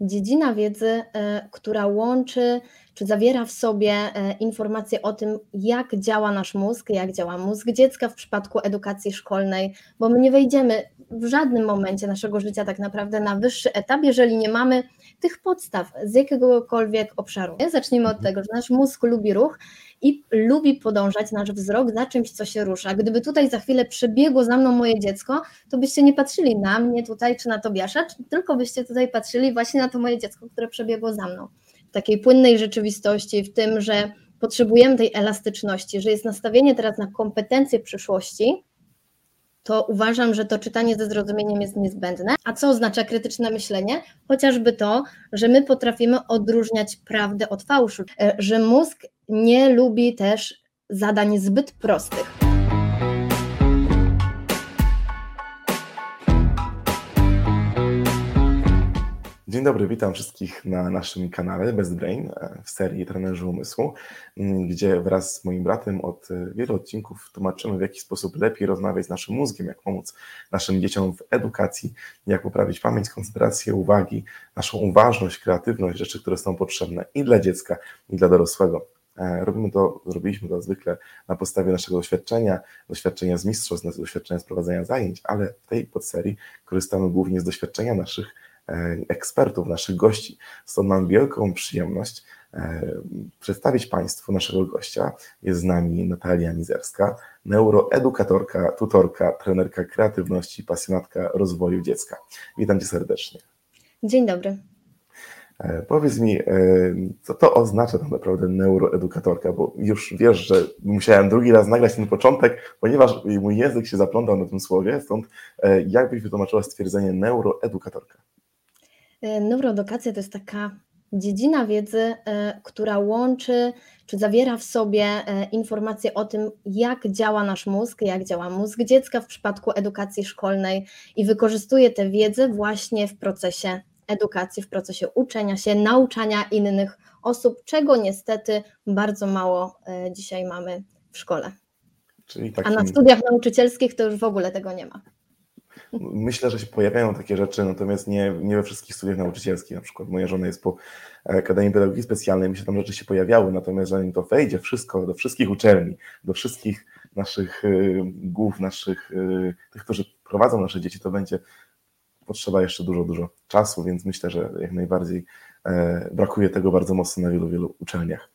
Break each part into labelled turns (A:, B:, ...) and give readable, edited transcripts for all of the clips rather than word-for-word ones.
A: dziedzina wiedzy, która łączy czy zawiera w sobie informacje o tym, jak działa nasz mózg, jak działa mózg dziecka w przypadku edukacji szkolnej, bo my nie wejdziemy w żadnym momencie naszego życia tak naprawdę na wyższy etap, jeżeli nie mamy tych podstaw z jakiegokolwiek obszaru. Zacznijmy od tego, że nasz mózg lubi ruch i lubi podążać nasz wzrok za czymś, co się rusza. Gdyby tutaj za chwilę przebiegło za mną moje dziecko, to byście nie patrzyli na mnie tutaj czy na Tobiasza, tylko byście tutaj patrzyli właśnie na to moje dziecko, które przebiegło za mną. W takiej płynnej rzeczywistości, w tym, że potrzebujemy tej elastyczności, że jest nastawienie teraz na kompetencje przyszłości, to uważam, że to czytanie ze zrozumieniem jest niezbędne. A co oznacza krytyczne myślenie? Chociażby to, że my potrafimy odróżniać prawdę od fałszu, że mózg nie lubi też zadań zbyt prostych.
B: Dzień dobry, witam wszystkich na naszym kanale Best Brain w serii Trenerzy Umysłu, gdzie wraz z moim bratem od wielu odcinków tłumaczymy, w jaki sposób lepiej rozmawiać z naszym mózgiem, jak pomóc naszym dzieciom w edukacji, jak poprawić pamięć, koncentrację uwagi, naszą uważność, kreatywność, rzeczy, które są potrzebne i dla dziecka, i dla dorosłego. Zrobiliśmy to zwykle na podstawie naszego doświadczenia z mistrzostw, doświadczenia z prowadzenia zajęć, ale w tej podserii korzystamy głównie z doświadczenia naszych ekspertów, naszych gości. Stąd mam wielką przyjemność przedstawić Państwu naszego gościa. Jest z nami Natalia Mizerska, neuroedukatorka, tutorka, trenerka kreatywności, pasjonatka rozwoju dziecka. Witam Cię serdecznie.
A: Dzień dobry.
B: Powiedz mi, co to oznacza tak naprawdę neuroedukatorka, bo już wiesz, że musiałem drugi raz nagrać ten początek, ponieważ mój język się zaplątał na tym słowie, stąd jak byś wytłumaczyła stwierdzenie neuroedukatorka?
A: Neuroedukacja to jest taka dziedzina wiedzy, która łączy czy zawiera w sobie informacje o tym, jak działa nasz mózg, jak działa mózg dziecka w przypadku edukacji szkolnej i wykorzystuje tę wiedzę właśnie w procesie edukacji, w procesie uczenia się, nauczania innych osób, czego niestety bardzo mało dzisiaj mamy w szkole. A na studiach nauczycielskich to już w ogóle tego nie ma.
B: Myślę, że się pojawiają takie rzeczy, natomiast nie we wszystkich studiach nauczycielskich. Na przykład moja żona jest po Akademii Pedagogiki Specjalnej, mi się tam rzeczy się pojawiały, natomiast zanim to wejdzie wszystko do wszystkich uczelni, do wszystkich naszych głów, tych, którzy prowadzą nasze dzieci, to będzie potrzeba jeszcze dużo czasu, więc myślę, że jak najbardziej brakuje tego bardzo mocno na wielu uczelniach.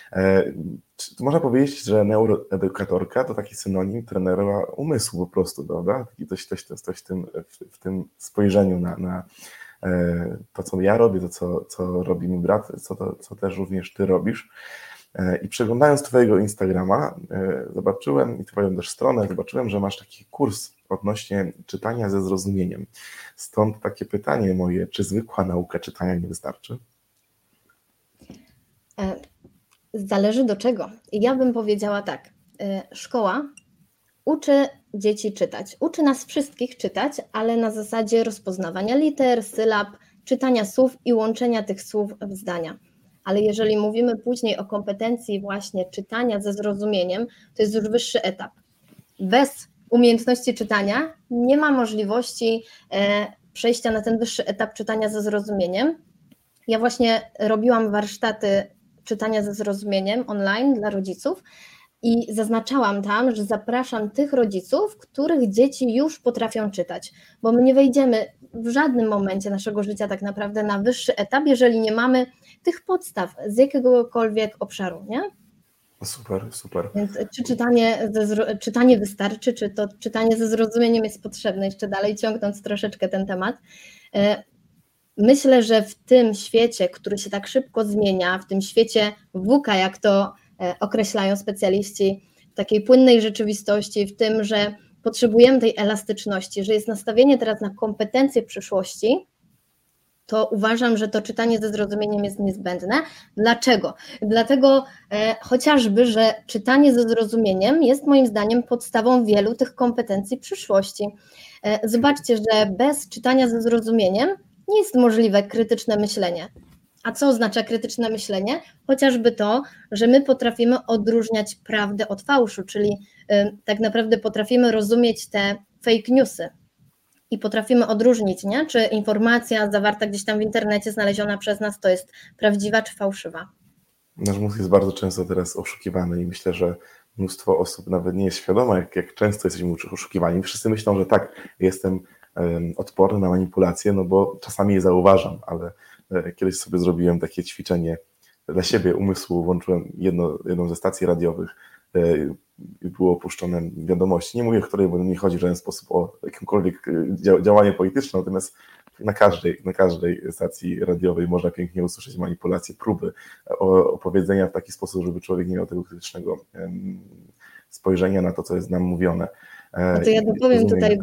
B: Czy można powiedzieć, że neuroedukatorka to taki synonim trenera umysłu po prostu, prawda? Coś w tym spojrzeniu na to, co ja robię, to, co robi mój brat, co też również ty robisz. I przeglądając twojego Instagrama, zobaczyłem, i twoją też stronę, zobaczyłem, że masz taki kurs odnośnie czytania ze zrozumieniem. Stąd takie pytanie moje, czy zwykła nauka czytania nie wystarczy?
A: Zależy do czego. Ja bym powiedziała tak, szkoła uczy dzieci czytać, uczy nas wszystkich czytać, ale na zasadzie rozpoznawania liter, sylab, czytania słów i łączenia tych słów w zdania. Ale jeżeli mówimy później o kompetencji właśnie czytania ze zrozumieniem, to jest już wyższy etap. Bez umiejętności czytania nie ma możliwości przejścia na ten wyższy etap czytania ze zrozumieniem. Ja właśnie robiłam warsztaty czytania ze zrozumieniem online dla rodziców i zaznaczałam tam, że zapraszam tych rodziców, których dzieci już potrafią czytać, bo my nie wejdziemy w żadnym momencie naszego życia tak naprawdę na wyższy etap, jeżeli nie mamy tych podstaw z jakiegokolwiek obszaru, nie?
B: Super.
A: Więc czy czytanie wystarczy, czy to czytanie ze zrozumieniem jest potrzebne, jeszcze dalej ciągnąc troszeczkę ten temat. Myślę, że w tym świecie, który się tak szybko zmienia, w tym świecie VUCA, jak to określają specjaliści, w takiej płynnej rzeczywistości, w tym, że potrzebujemy tej elastyczności, że jest nastawienie teraz na kompetencje przyszłości, to uważam, że to czytanie ze zrozumieniem jest niezbędne. Dlaczego? Dlatego chociażby, że czytanie ze zrozumieniem jest moim zdaniem podstawą wielu tych kompetencji przyszłości. Zobaczcie, że bez czytania ze zrozumieniem nie jest możliwe krytyczne myślenie. A co oznacza krytyczne myślenie? Chociażby to, że my potrafimy odróżniać prawdę od fałszu, czyli tak naprawdę potrafimy rozumieć te fake newsy. i potrafimy odróżnić, nie? Czy informacja zawarta gdzieś tam w internecie, znaleziona przez nas, to jest prawdziwa czy fałszywa.
B: Nasz mózg jest bardzo często teraz oszukiwany i myślę, że mnóstwo osób nawet nie jest świadoma, jak często jesteśmy oszukiwani. Wszyscy myślą, że tak, jestem odporny na manipulacje, no bo czasami je zauważam, ale kiedyś sobie zrobiłem takie ćwiczenie dla siebie umysłu, włączyłem jedną ze stacji radiowych i było opuszczone wiadomości. Nie mówię, w której, bo nie chodzi w żaden sposób o jakiekolwiek działanie polityczne, natomiast na każdej stacji radiowej można pięknie usłyszeć manipulacje, próby opowiedzenia w taki sposób, żeby człowiek nie miał tego krytycznego spojrzenia na to, co jest nam mówione.
A: No to ja dopowiem tutaj,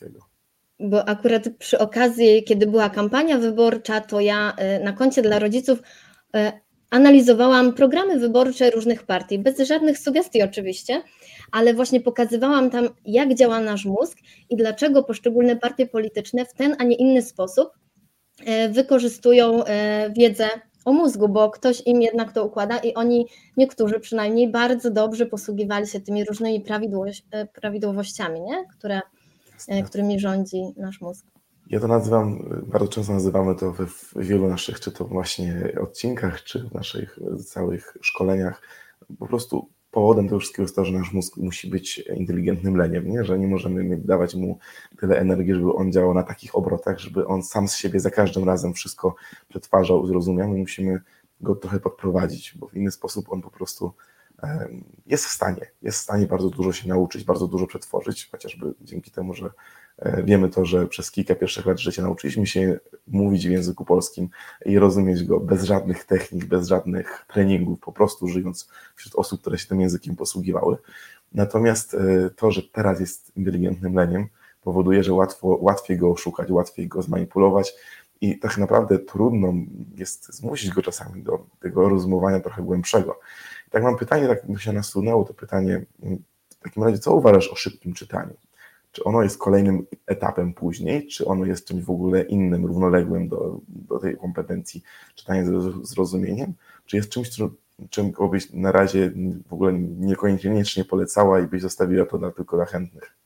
A: bo akurat przy okazji, kiedy była kampania wyborcza, to ja na koncie dla rodziców analizowałam programy wyborcze różnych partii, bez żadnych sugestii oczywiście, ale właśnie pokazywałam tam, jak działa nasz mózg i dlaczego poszczególne partie polityczne w ten, a nie inny sposób wykorzystują wiedzę o mózgu, bo ktoś im jednak to układa i oni, niektórzy przynajmniej, bardzo dobrze posługiwali się tymi różnymi prawidłowościami, nie? Którymi rządzi nasz mózg.
B: Ja to bardzo często nazywamy to w wielu naszych, czy to właśnie odcinkach, czy w naszych całych szkoleniach, po prostu powodem tego wszystkiego jest to, że nasz mózg musi być inteligentnym leniem, nie? Że nie możemy dawać mu tyle energii, żeby on działał na takich obrotach, żeby on sam z siebie za każdym razem wszystko przetwarzał, zrozumiał. My musimy go trochę podprowadzić, bo w inny sposób on po prostu jest w stanie bardzo dużo się nauczyć, bardzo dużo przetworzyć, chociażby dzięki temu, że wiemy to, że przez kilka pierwszych lat życia nauczyliśmy się mówić w języku polskim i rozumieć go bez żadnych technik, bez żadnych treningów, po prostu żyjąc wśród osób, które się tym językiem posługiwały. Natomiast to, że teraz jest inteligentnym leniem, powoduje, że łatwiej go oszukać, łatwiej go zmanipulować i tak naprawdę trudno jest zmusić go czasami do tego rozumowania trochę głębszego. I tak mam pytanie, tak mi się nasunęło to pytanie, w takim razie co uważasz o szybkim czytaniu? Czy ono jest kolejnym etapem później, czy ono jest czymś w ogóle innym, równoległym do tej kompetencji czytania z zrozumieniem, czy jest czymś, czym byś na razie w ogóle niekoniecznie polecała i byś zostawiła to tylko dla chętnych?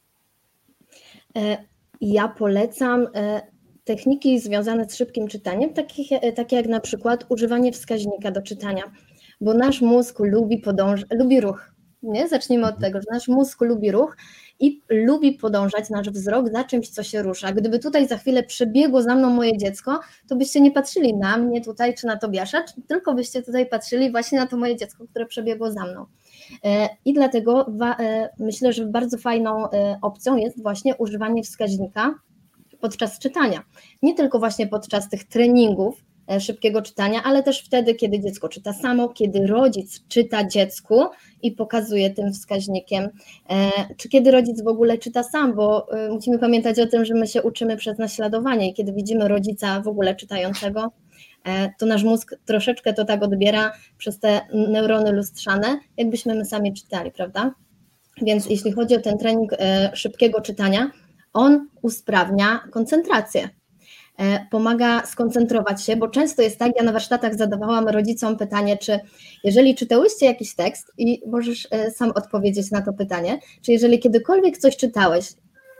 A: Ja polecam techniki związane z szybkim czytaniem, takie jak na przykład używanie wskaźnika do czytania, bo nasz mózg lubi ruch. Nie? Zacznijmy od tego, że nasz mózg lubi ruch i lubi podążać nasz wzrok za czymś, co się rusza. Gdyby tutaj za chwilę przebiegło za mną moje dziecko, to byście nie patrzyli na mnie tutaj czy na Tobiasza, tylko byście tutaj patrzyli właśnie na to moje dziecko, które przebiegło za mną. I dlatego myślę, że bardzo fajną opcją jest właśnie używanie wskaźnika podczas czytania. Nie tylko właśnie podczas tych treningów szybkiego czytania, ale też wtedy, kiedy dziecko czyta samo, kiedy rodzic czyta dziecku i pokazuje tym wskaźnikiem, czy kiedy rodzic w ogóle czyta sam, bo musimy pamiętać o tym, że my się uczymy przez naśladowanie i kiedy widzimy rodzica w ogóle czytającego, to nasz mózg troszeczkę to tak odbiera przez te neurony lustrzane, jakbyśmy my sami czytali, prawda? Więc jeśli chodzi o ten trening szybkiego czytania, on usprawnia koncentrację. Pomaga skoncentrować się, bo często jest tak, ja na warsztatach zadawałam rodzicom pytanie, czy jeżeli czytałyście jakiś tekst i możesz sam odpowiedzieć na to pytanie, czy jeżeli kiedykolwiek coś czytałeś,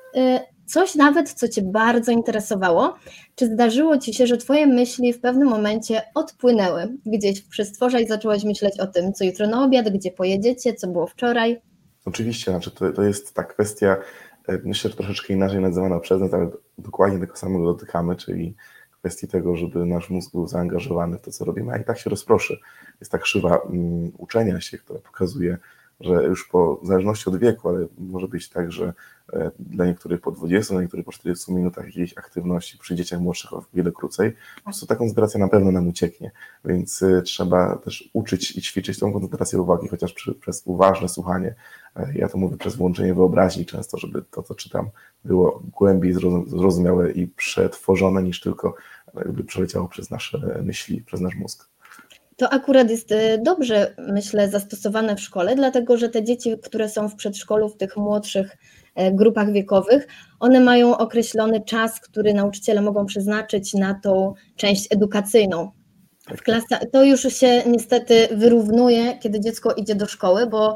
A: coś nawet, co Cię bardzo interesowało, czy zdarzyło Ci się, że Twoje myśli w pewnym momencie odpłynęły gdzieś w przestworze i zacząłeś myśleć o tym, co jutro na obiad, gdzie pojedziecie, co było wczoraj?
B: Oczywiście, znaczy to jest ta kwestia, myślę, że troszeczkę inaczej nazywana przez nas, ale dokładnie tego samego dotykamy, czyli kwestii tego, żeby nasz mózg był zaangażowany w to, co robimy, a i tak się rozproszy. Jest ta krzywa uczenia się, która pokazuje, że już w zależności od wieku, ale może być tak, że dla niektórych po 20, dla niektórych po 40 minutach jakiejś aktywności przy dzieciach młodszych o wiele krócej, po prostu ta koncentracja na pewno nam ucieknie, więc trzeba też uczyć i ćwiczyć tą koncentrację uwagi, chociaż przez uważne słuchanie. Ja to mówię przez włączenie wyobraźni często, żeby to, co czytam, było głębiej zrozumiałe i przetworzone, niż tylko jakby przeleciało przez nasze myśli, przez nasz mózg.
A: To akurat jest dobrze, myślę, zastosowane w szkole, dlatego że te dzieci, które są w przedszkolu, w tych młodszych grupach wiekowych, one mają określony czas, który nauczyciele mogą przeznaczyć na tą część edukacyjną. To już się niestety wyrównuje, kiedy dziecko idzie do szkoły, bo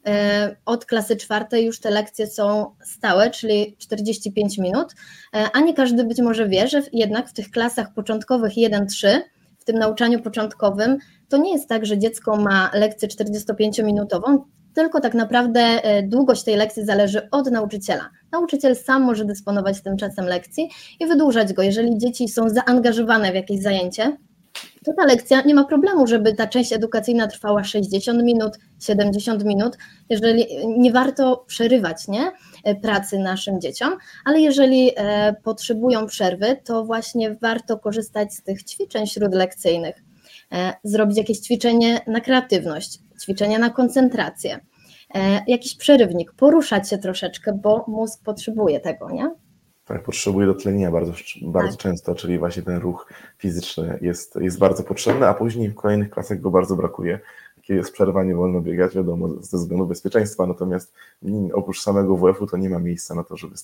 A: od klasy 4 już te lekcje są stałe, czyli 45 minut, a nie każdy być może wie, że jednak w tych klasach początkowych 1-3, w tym nauczaniu początkowym, to nie jest tak, że dziecko ma lekcję 45-minutową, tylko tak naprawdę długość tej lekcji zależy od nauczyciela. Nauczyciel sam może dysponować tym czasem lekcji i wydłużać go. Jeżeli dzieci są zaangażowane w jakieś zajęcie, to ta lekcja nie ma problemu, żeby ta część edukacyjna trwała 60 minut, 70 minut, jeżeli nie warto przerywać, nie, pracy naszym dzieciom, ale jeżeli potrzebują przerwy, to właśnie warto korzystać z tych ćwiczeń śródlekcyjnych, zrobić jakieś ćwiczenie na kreatywność, ćwiczenia na koncentrację, jakiś przerywnik, poruszać się troszeczkę, bo mózg potrzebuje tego, nie?
B: Tak, potrzebuje dotlenienia bardzo
A: Tak.
B: często, czyli właśnie ten ruch fizyczny jest bardzo potrzebny, a później w kolejnych klasach go bardzo brakuje. Kiedy jest przerwa, nie wolno biegać, wiadomo, ze względu bezpieczeństwa, natomiast oprócz samego WF-u to nie ma miejsca na to, żeby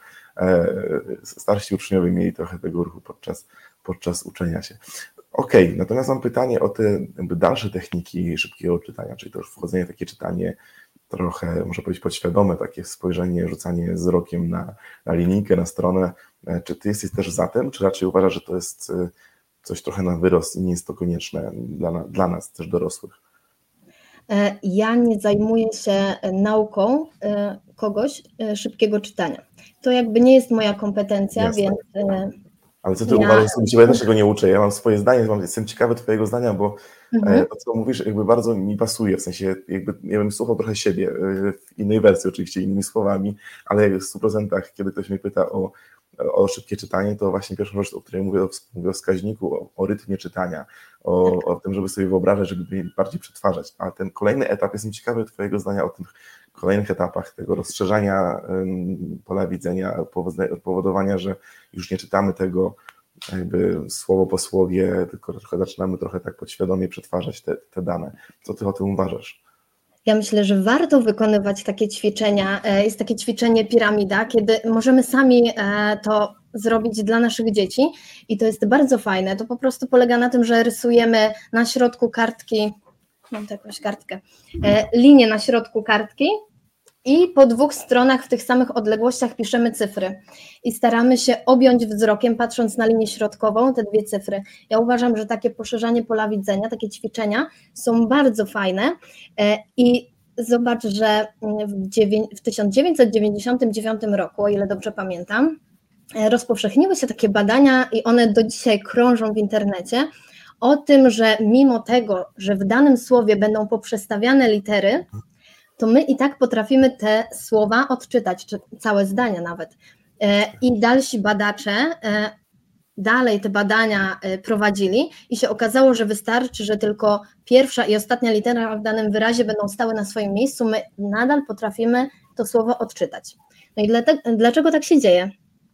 B: starsi uczniowie mieli trochę tego ruchu podczas uczenia się. Okej, natomiast mam pytanie o te jakby dalsze techniki szybkiego czytania, czyli to już wchodzenie w takie czytanie trochę, można powiedzieć, podświadome, takie spojrzenie, rzucanie wzrokiem na linijkę, na stronę. Czy ty jesteś też za tym, czy raczej uważasz, że to jest coś trochę na wyrost i nie jest to konieczne dla nas, też dorosłych?
A: Ja nie zajmuję się nauką kogoś szybkiego czytania. To jakby nie jest moja kompetencja,
B: Jasne.
A: więc...
B: Ale co ty uważasz, ja też tego nie uczę, ja mam swoje zdanie, jestem ciekawy twojego zdania, bo to, co mówisz, jakby bardzo mi pasuje, w sensie jakby ja bym słuchał trochę siebie, w innej wersji oczywiście, innymi słowami, ale w 100%, kiedy ktoś mnie pyta o szybkie czytanie, to właśnie pierwszą rzecz, o której mówię o wskaźniku, o rytmie czytania, o tym, żeby sobie wyobrażać, żeby bardziej przetwarzać. A ten kolejny etap, jestem ciekawy twojego zdania o tych kolejnych etapach tego rozszerzania pola widzenia, powodowania, że już nie czytamy tego jakby słowo po słowie, tylko zaczynamy trochę tak podświadomie przetwarzać te dane. Co ty o tym uważasz?
A: Ja myślę, że warto wykonywać takie ćwiczenia. Jest takie ćwiczenie piramida, kiedy możemy sami to zrobić dla naszych dzieci i to jest bardzo fajne. To po prostu polega na tym, że rysujemy na środku kartki, mam tu jakąś kartkę, linię na środku kartki i po 2 stronach w tych samych odległościach piszemy cyfry i staramy się objąć wzrokiem, patrząc na linię środkową, te 2 cyfry. Ja uważam, że takie poszerzanie pola widzenia, takie ćwiczenia są bardzo fajne i zobacz, że w 1999 roku, o ile dobrze pamiętam, rozpowszechniły się takie badania i one do dzisiaj krążą w internecie o tym, że mimo tego, że w danym słowie będą poprzestawiane litery, to my i tak potrafimy te słowa odczytać, czy całe zdania nawet. I dalsi badacze dalej te badania prowadzili i się okazało, że wystarczy, że tylko pierwsza i ostatnia litera w danym wyrazie będą stały na swoim miejscu, my nadal potrafimy to słowo odczytać. No i dlaczego tak się dzieje?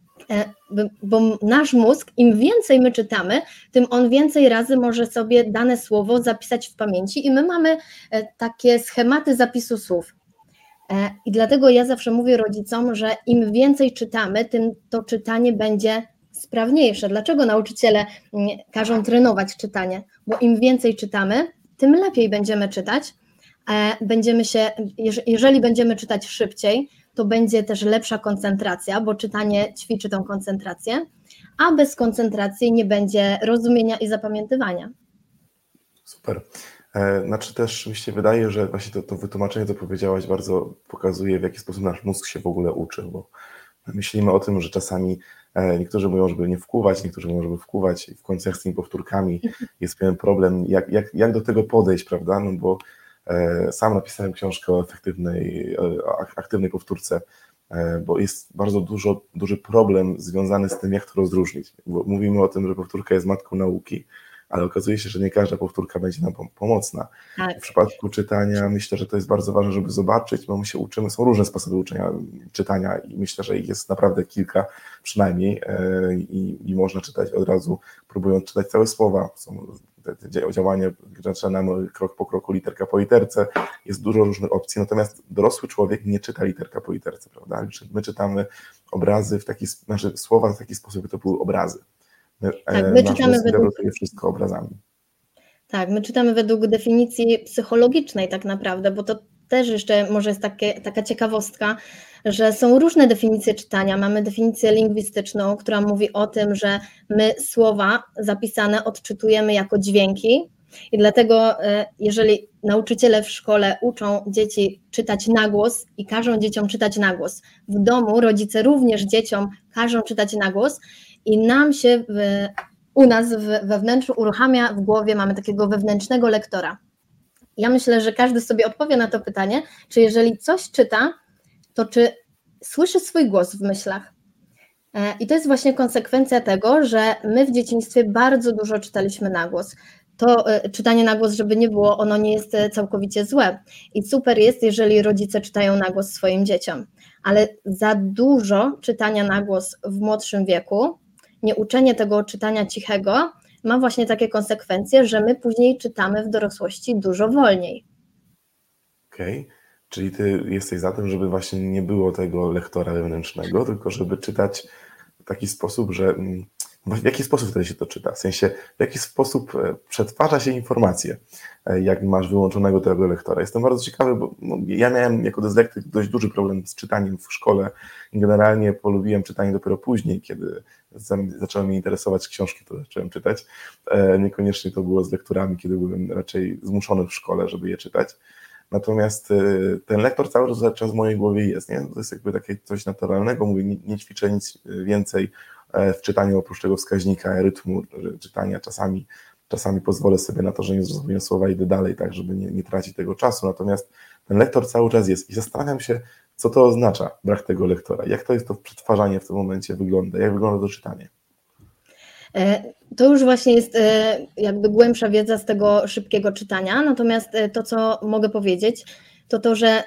A: Bo nasz mózg, im więcej my czytamy, tym on więcej razy może sobie dane słowo zapisać w pamięci i my mamy takie schematy zapisu słów. I dlatego ja zawsze mówię rodzicom, że im więcej czytamy, tym to czytanie będzie sprawniejsze. Dlaczego nauczyciele każą trenować czytanie? Bo im więcej czytamy, tym lepiej będziemy czytać. Jeżeli będziemy czytać szybciej, to będzie też lepsza koncentracja, bo czytanie ćwiczy tą koncentrację, a bez koncentracji nie będzie rozumienia i zapamiętywania.
B: Super. Znaczy też mi się wydaje, że właśnie to wytłumaczenie, co powiedziałaś, bardzo pokazuje, w jaki sposób nasz mózg się w ogóle uczy, bo myślimy o tym, że czasami niektórzy mówią, żeby nie wkuwać, niektórzy mówią, żeby wkuwać i w końcu jak z tymi powtórkami jest pewien problem, jak do tego podejść, prawda, no bo sam napisałem książkę o aktywnej powtórce, bo jest bardzo duży problem związany z tym, jak to rozróżnić, bo mówimy o tym, że powtórka jest matką nauki, ale okazuje się, że nie każda powtórka będzie nam pomocna.
A: Tak.
B: W przypadku czytania myślę, że to jest bardzo ważne, żeby zobaczyć, bo my się uczymy, są różne sposoby czytania i myślę, że ich jest naprawdę kilka przynajmniej i można czytać od razu, próbując czytać całe słowa. Są te działania, gdzie zaczynamy krok po kroku, literka po literce, jest dużo różnych opcji, natomiast dorosły człowiek nie czyta literka po literce, prawda? My czytamy obrazy słowa w taki sposób, by to były obrazy.
A: My czytamy
B: wszystko obrazami.
A: Tak, my czytamy według definicji psychologicznej tak naprawdę, bo to też jeszcze może jest taka ciekawostka, że są różne definicje czytania. Mamy definicję lingwistyczną, która mówi o tym, że my słowa zapisane odczytujemy jako dźwięki i dlatego jeżeli nauczyciele w szkole uczą dzieci czytać na głos i każą dzieciom czytać na głos, w domu rodzice również dzieciom każą czytać na głos i nam się u nas we wnętrzu uruchamia w głowie, mamy takiego wewnętrznego lektora. Ja myślę, że każdy sobie odpowie na to pytanie, czy jeżeli coś czyta, to czy słyszy swój głos w myślach. I to jest właśnie konsekwencja tego, że my w dzieciństwie bardzo dużo czytaliśmy na głos. To czytanie na głos, żeby nie było, ono nie jest całkowicie złe. I super jest, jeżeli rodzice czytają na głos swoim dzieciom. Ale za dużo czytania na głos w młodszym wieku, nieuczenie tego czytania cichego, ma właśnie takie konsekwencje, że my później czytamy w dorosłości dużo wolniej.
B: Okej. Czyli ty jesteś za tym, żeby właśnie nie było tego lektora wewnętrznego, tylko żeby czytać w taki sposób, że w jaki sposób wtedy się to czyta? W sensie, w jaki sposób przetwarza się informacje, jak masz wyłączonego tego lektora? Jestem bardzo ciekawy, bo ja miałem jako dyslektyk dość duży problem z czytaniem w szkole. Generalnie polubiłem czytanie dopiero później, kiedy zaczęły mnie interesować książki, które zacząłem czytać. Niekoniecznie to było z lekturami, kiedy byłem raczej zmuszony w szkole, żeby je czytać. Natomiast ten lektor cały czas w mojej głowie jest, nie? To jest jakby takie coś naturalnego, mówię, nie ćwiczę nic więcej w czytaniu oprócz tego wskaźnika rytmu czytania. Czasami pozwolę sobie na to, że nie zrozumiem słowa, idę dalej, tak, żeby nie tracić tego czasu. Natomiast ten lektor cały czas jest i zastanawiam się, co to oznacza, brak tego lektora. Jak to jest to przetwarzanie w tym momencie wygląda? Jak wygląda to czytanie?
A: To już właśnie jest jakby głębsza wiedza z tego szybkiego czytania, natomiast to, co mogę powiedzieć, to, że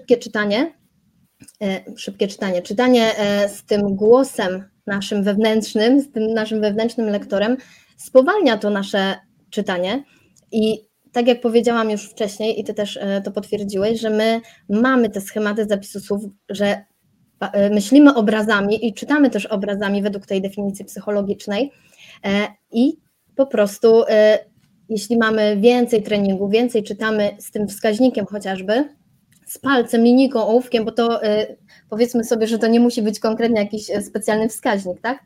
A: czytanie z tym głosem naszym wewnętrznym, z tym naszym wewnętrznym lektorem spowalnia to nasze czytanie i tak jak powiedziałam już wcześniej i ty też to potwierdziłeś, że my mamy te schematy zapisu słów, że myślimy obrazami i czytamy też obrazami według tej definicji psychologicznej i po prostu jeśli mamy więcej treningu, więcej czytamy z tym wskaźnikiem chociażby, z palcem, linijką, ołówkiem, bo to powiedzmy sobie, że to nie musi być konkretnie jakiś specjalny wskaźnik, tak?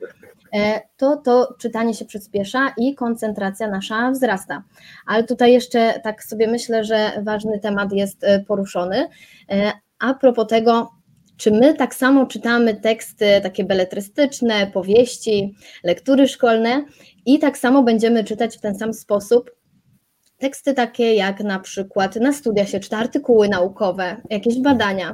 A: To czytanie się przyspiesza i koncentracja nasza wzrasta. Ale tutaj jeszcze tak sobie myślę, że ważny temat jest poruszony. A propos tego, czy my tak samo czytamy teksty takie beletrystyczne, powieści, lektury szkolne i tak samo będziemy czytać w ten sam sposób teksty takie jak na przykład na studiach się czyta artykuły naukowe, jakieś badania.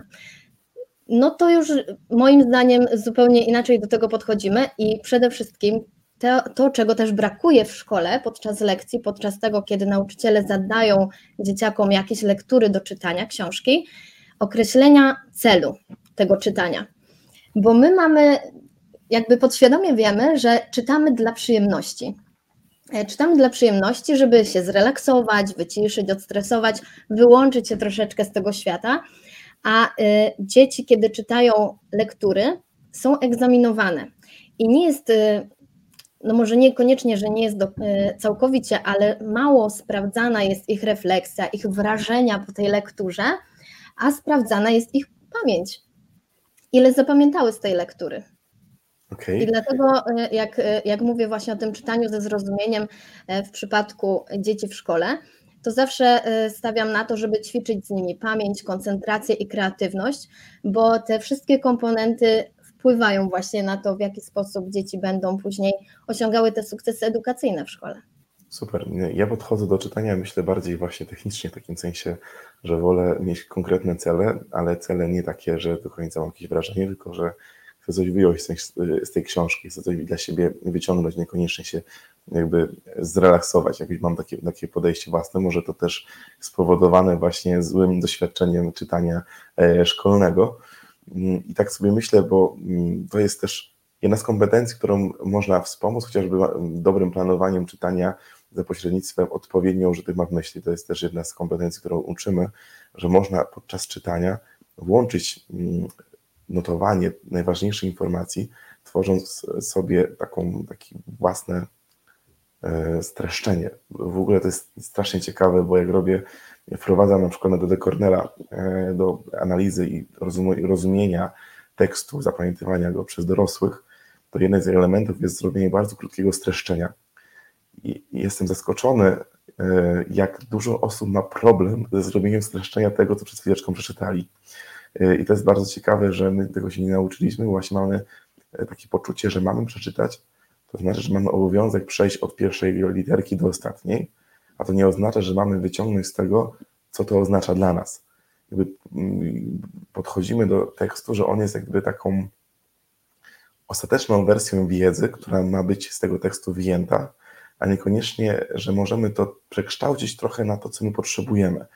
A: No to już moim zdaniem zupełnie inaczej do tego podchodzimy i przede wszystkim to, czego też brakuje w szkole podczas lekcji, podczas tego, kiedy nauczyciele zadają dzieciakom jakieś lektury do czytania, książki, określenia celu tego czytania. Bo my mamy, jakby podświadomie wiemy, że czytamy dla przyjemności. Czytamy dla przyjemności, żeby się zrelaksować, wyciszyć, odstresować, wyłączyć się troszeczkę z tego świata, a dzieci, kiedy czytają lektury, są egzaminowane i nie jest, no może niekoniecznie, że nie jest całkowicie, ale mało sprawdzana jest ich refleksja, ich wrażenia po tej lekturze, a sprawdzana jest ich pamięć, ile zapamiętały z tej lektury.
B: Okay.
A: I dlatego jak mówię właśnie o tym czytaniu ze zrozumieniem w przypadku dzieci w szkole, to zawsze stawiam na to, żeby ćwiczyć z nimi pamięć, koncentrację i kreatywność, bo te wszystkie komponenty wpływają właśnie na to, w jaki sposób dzieci będą później osiągały te sukcesy edukacyjne w szkole.
B: Super. Ja podchodzę do czytania, myślę, bardziej właśnie technicznie, w takim sensie, że wolę mieć konkretne cele, ale cele nie takie, że do końca mam jakieś wrażenie, tylko że chcę coś wyjąć z tej książki, chcę coś dla siebie wyciągnąć, niekoniecznie się jakby zrelaksować, jakieś mam takie podejście własne, może to też spowodowane właśnie złym doświadczeniem czytania szkolnego. I tak sobie myślę, bo to jest też jedna z kompetencji, którą można wspomóc, chociażby dobrym planowaniem czytania za pośrednictwem odpowiednio użytych map myśli. To jest też jedna z kompetencji, którą uczymy, że można podczas czytania włączyć notowanie najważniejszych informacji, tworząc sobie takie własne streszczenie. W ogóle to jest strasznie ciekawe, bo jak wprowadzam na przykład metodę Cornella do analizy i rozumienia tekstu, zapamiętywania go przez dorosłych, to jeden z elementów jest zrobienie bardzo krótkiego streszczenia. I jestem zaskoczony, jak dużo osób ma problem ze zrobieniem streszczenia tego, co przed chwileczką przeczytali. I to jest bardzo ciekawe, że my tego się nie nauczyliśmy, właśnie mamy takie poczucie, że mamy przeczytać, to znaczy, że mamy obowiązek przejść od pierwszej literki do ostatniej, a to nie oznacza, że mamy wyciągnąć z tego, co to oznacza dla nas. Jakby podchodzimy do tekstu, że on jest jakby taką ostateczną wersją wiedzy, która ma być z tego tekstu wyjęta, a niekoniecznie, że możemy to przekształcić trochę na to, co my potrzebujemy,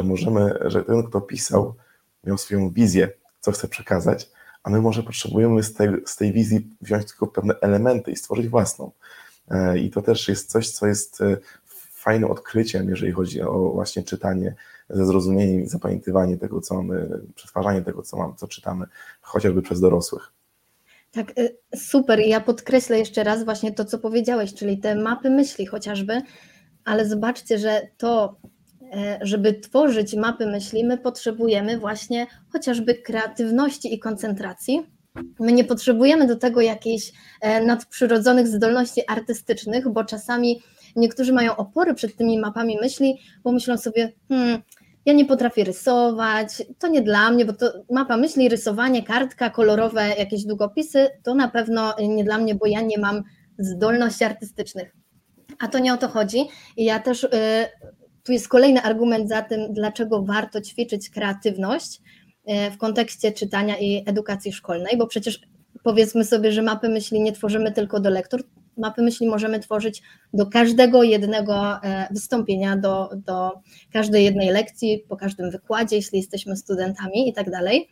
B: że ten, kto pisał, miał swoją wizję, co chce przekazać, a my może potrzebujemy z tej wizji wziąć tylko pewne elementy i stworzyć własną. I to też jest coś, co jest fajnym odkryciem, jeżeli chodzi o właśnie czytanie ze zrozumieniem i zapamiętywanie tego, co mamy, przetwarzanie tego, co czytamy, chociażby przez dorosłych.
A: Tak, super. Ja podkreślę jeszcze raz właśnie to, co powiedziałeś, czyli te mapy myśli chociażby, ale zobaczcie, że to, żeby tworzyć mapy myśli, my potrzebujemy właśnie chociażby kreatywności i koncentracji. My nie potrzebujemy do tego jakichś nadprzyrodzonych zdolności artystycznych, bo czasami niektórzy mają opory przed tymi mapami myśli, bo myślą sobie, ja nie potrafię rysować, to nie dla mnie, bo to mapa myśli, rysowanie, kartka, kolorowe jakieś długopisy, to na pewno nie dla mnie, bo ja nie mam zdolności artystycznych. A to nie o to chodzi. I ja też, tu jest kolejny argument za tym, dlaczego warto ćwiczyć kreatywność w kontekście czytania i edukacji szkolnej, bo przecież powiedzmy sobie, że mapy myśli nie tworzymy tylko do lektur, mapy myśli możemy tworzyć do każdego jednego wystąpienia, do każdej jednej lekcji, po każdym wykładzie, jeśli jesteśmy studentami i tak dalej.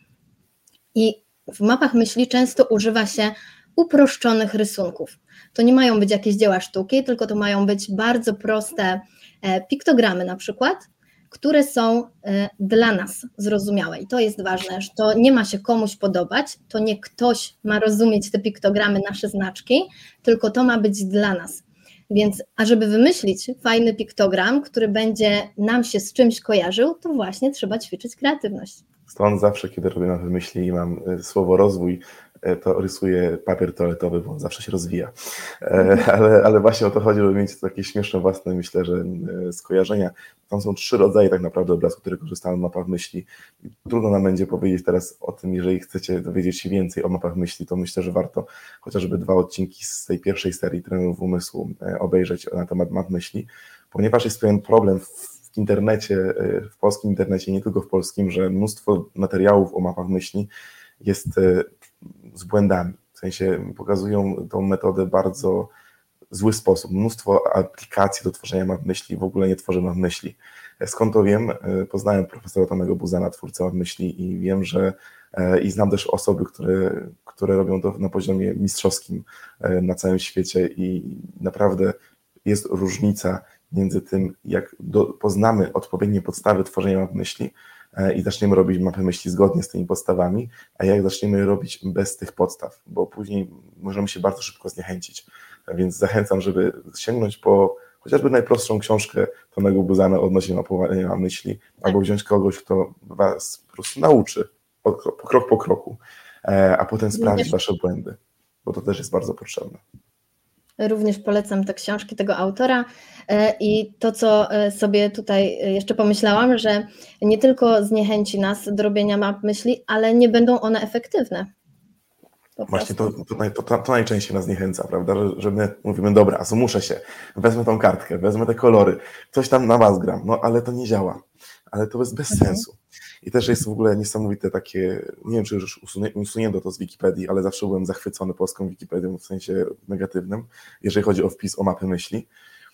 A: I w mapach myśli często używa się uproszczonych rysunków. To nie mają być jakieś dzieła sztuki, tylko to mają być bardzo proste piktogramy na przykład, które są dla nas zrozumiałe. I to jest ważne, że to nie ma się komuś podobać, to nie ktoś ma rozumieć te piktogramy, nasze znaczki, tylko to ma być dla nas. Więc, a żeby wymyślić fajny piktogram, który będzie nam się z czymś kojarzył, to właśnie trzeba ćwiczyć kreatywność.
B: Stąd zawsze, kiedy robię nowe myśli i mam słowo rozwój, to rysuję papier toaletowy, bo on zawsze się rozwija. Ale właśnie o to chodzi, żeby mieć takie śmieszne własne, myślę, że skojarzenia. Tam są 3 rodzaje tak naprawdę obrazów, które korzystałem w mapach myśli. Trudno nam będzie powiedzieć teraz o tym, jeżeli chcecie dowiedzieć się więcej o mapach myśli, to myślę, że warto chociażby 2 odcinki z tej pierwszej serii Trenerów Umysłu obejrzeć na temat map myśli, ponieważ jest pewien problem w internecie, w polskim internecie, nie tylko w polskim, że mnóstwo materiałów o mapach myśli jest z błędami. W sensie pokazują tą metodę w bardzo zły sposób. Mnóstwo aplikacji do tworzenia map myśli w ogóle nie tworzy map myśli. Skąd to wiem? Poznałem profesora Tomego Buzana, twórcę map myśli i wiem, że i znam też osoby, które robią to na poziomie mistrzowskim na całym świecie i naprawdę jest różnica między tym, jak poznamy odpowiednie podstawy tworzenia map myśli i zaczniemy robić mapy myśli zgodnie z tymi podstawami, a jak zaczniemy robić bez tych podstaw, bo później możemy się bardzo szybko zniechęcić. Więc zachęcam, żeby sięgnąć po chociażby najprostszą książkę Tomego Buzana odnośnie mapowania myśli, albo wziąć kogoś, kto was po prostu nauczy krok po kroku, a potem sprawdzić wasze błędy, bo to też jest bardzo potrzebne.
A: Również polecam te książki tego autora i to, co sobie tutaj jeszcze pomyślałam, że nie tylko zniechęci nas do robienia map myśli, ale nie będą one efektywne.
B: Właśnie to najczęściej nas zniechęca, prawda, że my mówimy, dobra, a co muszę się, wezmę tą kartkę, wezmę te kolory, coś tam na was gram, no ale to nie działa, ale to jest bez sensu. I też jest w ogóle niesamowite takie, nie wiem, czy już usunięto to z Wikipedii, ale zawsze byłem zachwycony polską Wikipedią w sensie negatywnym, jeżeli chodzi o wpis o mapy myśli.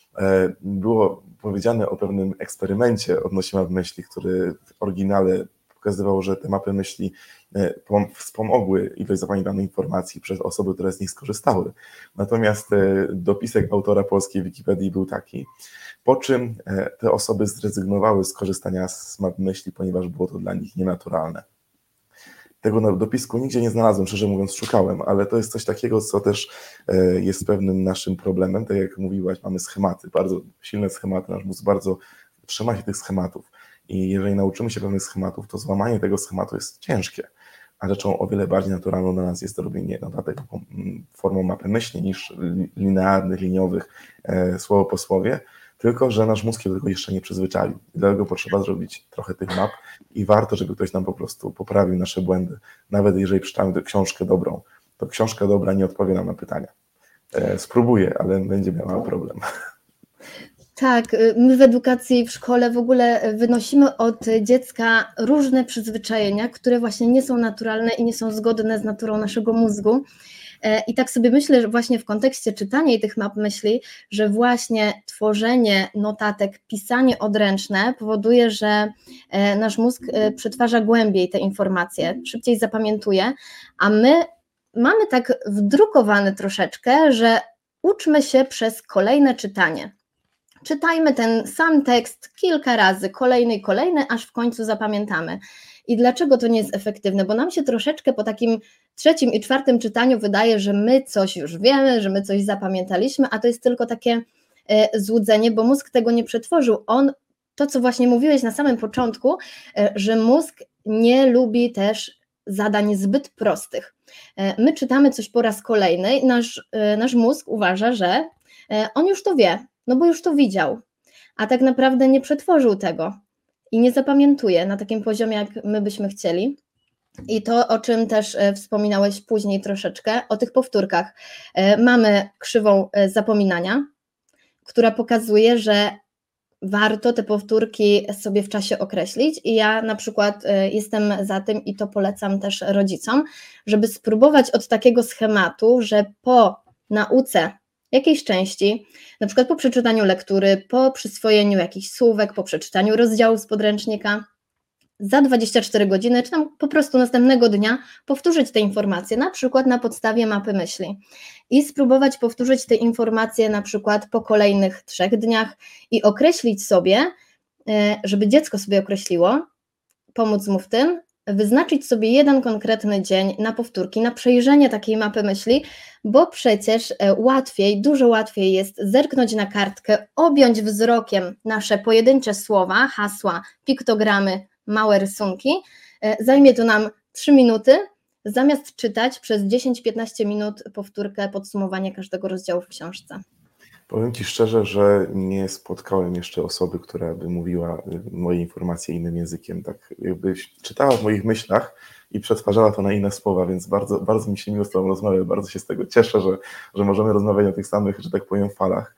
B: Było powiedziane o pewnym eksperymencie odnośnie map myśli, który w oryginale pokazywał, że te mapy myśli wspomogły ilość zapamiętanej informacji przez osoby, które z nich skorzystały. Natomiast dopisek autora polskiej Wikipedii był taki, po czym te osoby zrezygnowały z korzystania z map myśli, ponieważ było to dla nich nienaturalne. Tego dopisku nigdzie nie znalazłem, szczerze mówiąc szukałem, ale to jest coś takiego, co też jest pewnym naszym problemem. Tak jak mówiłaś, mamy schematy, bardzo silne schematy, nasz mózg bardzo trzyma się tych schematów i jeżeli nauczymy się pewnych schematów, to złamanie tego schematu jest ciężkie, a rzeczą o wiele bardziej naturalną dla nas jest robienie notatek formą mapy myśli niż linearnych, liniowych, słowo po słowie, tylko że nasz mózg do tego jeszcze nie przyzwyczaił. Dlatego potrzeba zrobić trochę tych map i warto, żeby ktoś nam po prostu poprawił nasze błędy. Nawet jeżeli przeczytamy tę książkę dobrą, to książka dobra nie odpowie nam na pytania. Spróbuję, ale będzie miała problem.
A: Tak, my w edukacji w szkole w ogóle wynosimy od dziecka różne przyzwyczajenia, które właśnie nie są naturalne i nie są zgodne z naturą naszego mózgu. I tak sobie myślę, że właśnie w kontekście czytania i tych map myśli, że właśnie tworzenie notatek, pisanie odręczne powoduje, że nasz mózg przetwarza głębiej te informacje, szybciej zapamiętuje, a my mamy tak wdrukowane troszeczkę, że uczmy się przez kolejne czytanie. Czytajmy ten sam tekst kilka razy, kolejny, aż w końcu zapamiętamy. I dlaczego to nie jest efektywne? Bo nam się troszeczkę po takim 3. i 4. czytaniu wydaje, że my coś już wiemy, że my coś zapamiętaliśmy, a to jest tylko takie złudzenie, bo mózg tego nie przetworzył. To co właśnie mówiłeś na samym początku, że mózg nie lubi też zadań zbyt prostych. My czytamy coś po raz kolejny i nasz mózg uważa, że on już to wie, no bo już to widział, a tak naprawdę nie przetworzył tego i nie zapamiętuje na takim poziomie, jak my byśmy chcieli. I to, o czym też wspominałeś później troszeczkę, o tych powtórkach. Mamy krzywą zapominania, która pokazuje, że warto te powtórki sobie w czasie określić i ja na przykład jestem za tym i to polecam też rodzicom, żeby spróbować od takiego schematu, że po nauce jakiejś części, na przykład po przeczytaniu lektury, po przyswojeniu jakichś słówek, po przeczytaniu rozdziału z podręcznika, za 24 godziny, czy tam po prostu następnego dnia powtórzyć te informacje, na przykład na podstawie mapy myśli i spróbować powtórzyć te informacje na przykład po kolejnych 3 dniach i określić sobie, żeby dziecko sobie określiło, pomóc mu w tym, wyznaczyć sobie jeden konkretny dzień na powtórki, na przejrzenie takiej mapy myśli, bo przecież dużo łatwiej jest zerknąć na kartkę, objąć wzrokiem nasze pojedyncze słowa, hasła, piktogramy, małe rysunki. Zajmie to nam 3 minuty, zamiast czytać przez 10-15 minut powtórkę, podsumowanie każdego rozdziału w książce.
B: Powiem Ci szczerze, że nie spotkałem jeszcze osoby, która by mówiła moje informacje innym językiem, tak jakby czytała w moich myślach i przetwarzała to na inne słowa, więc bardzo, bardzo mi się miło z Tobą rozmawiać, bardzo się z tego cieszę, że możemy rozmawiać o tych samych, że tak powiem, falach.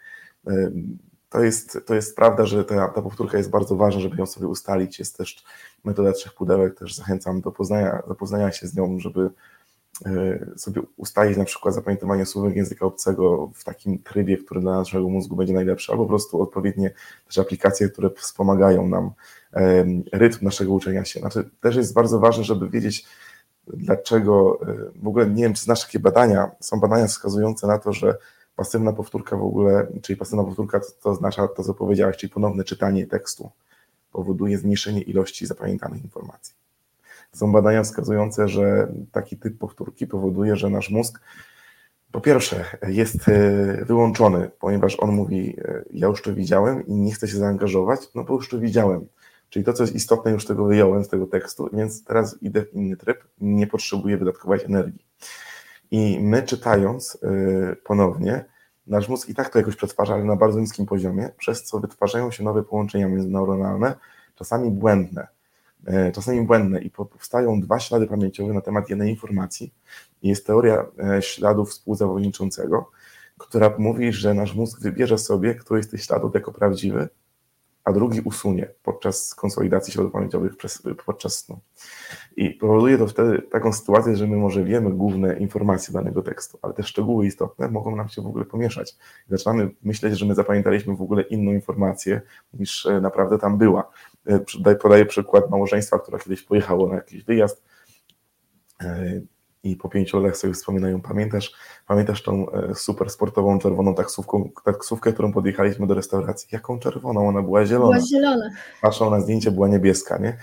B: To jest prawda, że ta powtórka jest bardzo ważna, żeby ją sobie ustalić. Jest też metoda 3 pudełek, też zachęcam do zapoznania się z nią, żeby sobie ustalić na przykład zapamiętywanie słówek języka obcego w takim trybie, który dla naszego mózgu będzie najlepszy, albo po prostu odpowiednie też aplikacje, które wspomagają nam rytm naszego uczenia się. Znaczy, też jest bardzo ważne, żeby wiedzieć, dlaczego, w ogóle nie wiem, czy znasz takie badania, są badania wskazujące na to, że pasywna powtórka w ogóle, czyli pasywna powtórka to oznacza to, co powiedziałaś, czyli ponowne czytanie tekstu, powoduje zmniejszenie ilości zapamiętanych informacji. Są badania wskazujące, że taki typ powtórki powoduje, że nasz mózg po pierwsze jest wyłączony, ponieważ on mówi, ja już to widziałem i nie chcę się zaangażować, no bo już to widziałem. Czyli to, co jest istotne, już tego wyjąłem z tego tekstu, więc teraz idę w inny tryb, nie potrzebuję wydatkować energii. I my czytając ponownie, nasz mózg i tak to jakoś przetwarza, ale na bardzo niskim poziomie, przez co wytwarzają się nowe połączenia międzyneuronalne, czasami błędne i powstają 2 ślady pamięciowe na temat jednej informacji. Jest teoria śladów współzawodniczącego, która mówi, że nasz mózg wybierze sobie któryś z tych śladów jako prawdziwy, a drugi usunie podczas konsolidacji śladów pamięciowych podczas snu. I powoduje to wtedy taką sytuację, że my może wiemy główne informacje danego tekstu, ale te szczegóły istotne mogą nam się w ogóle pomieszać. I zaczynamy myśleć, że my zapamiętaliśmy w ogóle inną informację, niż naprawdę tam była. Podaję przykład małżeństwa, które kiedyś pojechało na jakiś wyjazd i po 5 latach sobie wspominają, pamiętasz tą super sportową czerwoną taksówkę, którą podjechaliśmy do restauracji? Jaką czerwoną? Ona była
A: Była
B: zielona.
A: zielona.
B: Patrzą na zdjęcie, była niebieska, nie?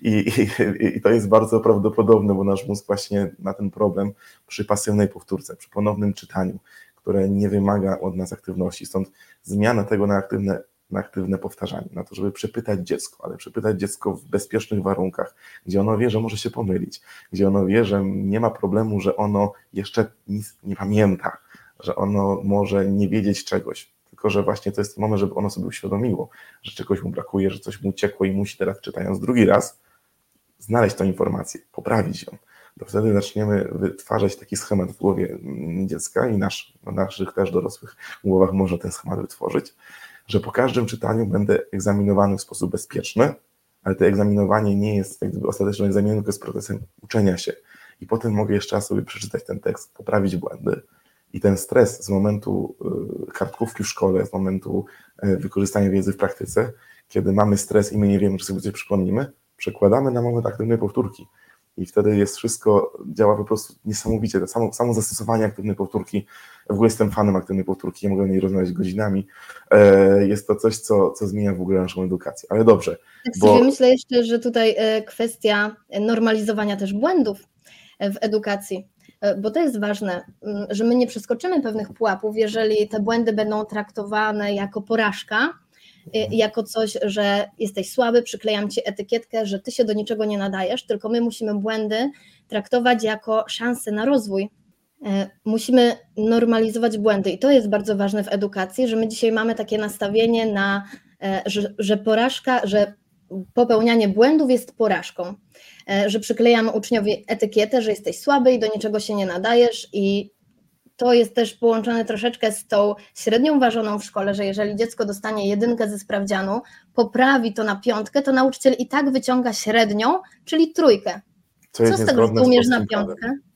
B: I to jest bardzo prawdopodobne, bo nasz mózg właśnie na ten problem przy pasywnej powtórce, przy ponownym czytaniu, które nie wymaga od nas aktywności, stąd zmiana tego na aktywne powtarzanie, na to, żeby przepytać dziecko, ale przepytać dziecko w bezpiecznych warunkach, gdzie ono wie, że może się pomylić, gdzie ono wie, że nie ma problemu, że ono jeszcze nic nie pamięta, że ono może nie wiedzieć czegoś, tylko że właśnie to jest ten moment, żeby ono sobie uświadomiło, że czegoś mu brakuje, że coś mu uciekło i musi teraz, czytając drugi raz, znaleźć tą informację, poprawić ją. To wtedy zaczniemy wytwarzać taki schemat w głowie dziecka i naszych też dorosłych głowach można ten schemat wytworzyć, że po każdym czytaniu będę egzaminowany w sposób bezpieczny, ale to egzaminowanie nie jest jak gdyby ostatecznym egzaminem, tylko jest procesem uczenia się. I potem mogę jeszcze raz sobie przeczytać ten tekst, poprawić błędy. I ten stres z momentu kartkówki w szkole, z momentu wykorzystania wiedzy w praktyce, kiedy mamy stres i my nie wiemy, czy sobie coś przypomnimy, przekładamy na moment aktywnej powtórki. I wtedy jest wszystko, działa po prostu niesamowicie. To samo zastosowanie aktywnej powtórki, w ogóle jestem fanem aktywnej powtórki, ja mogę o niej rozmawiać godzinami, jest to coś, co zmienia w ogóle naszą edukację. Ale dobrze.
A: Tak sobie myślę jeszcze, że tutaj kwestia normalizowania też błędów w edukacji, bo to jest ważne, że my nie przeskoczymy pewnych pułapów, jeżeli te błędy będą traktowane jako porażka, jako coś, że jesteś słaby, przyklejam ci etykietkę, że ty się do niczego nie nadajesz, tylko my musimy błędy traktować jako szansę na rozwój. Musimy normalizować błędy i to jest bardzo ważne w edukacji, że my dzisiaj mamy takie nastawienie na, że porażka, że popełnianie błędów jest porażką, że przyklejamy uczniowi etykietę, że jesteś słaby i do niczego się nie nadajesz i to jest też połączone troszeczkę z tą średnią ważoną w szkole, że jeżeli dziecko dostanie 1 ze sprawdzianu, poprawi to na 5, to nauczyciel i tak wyciąga średnią, czyli 3. Co z tego, że ty umiesz na 5?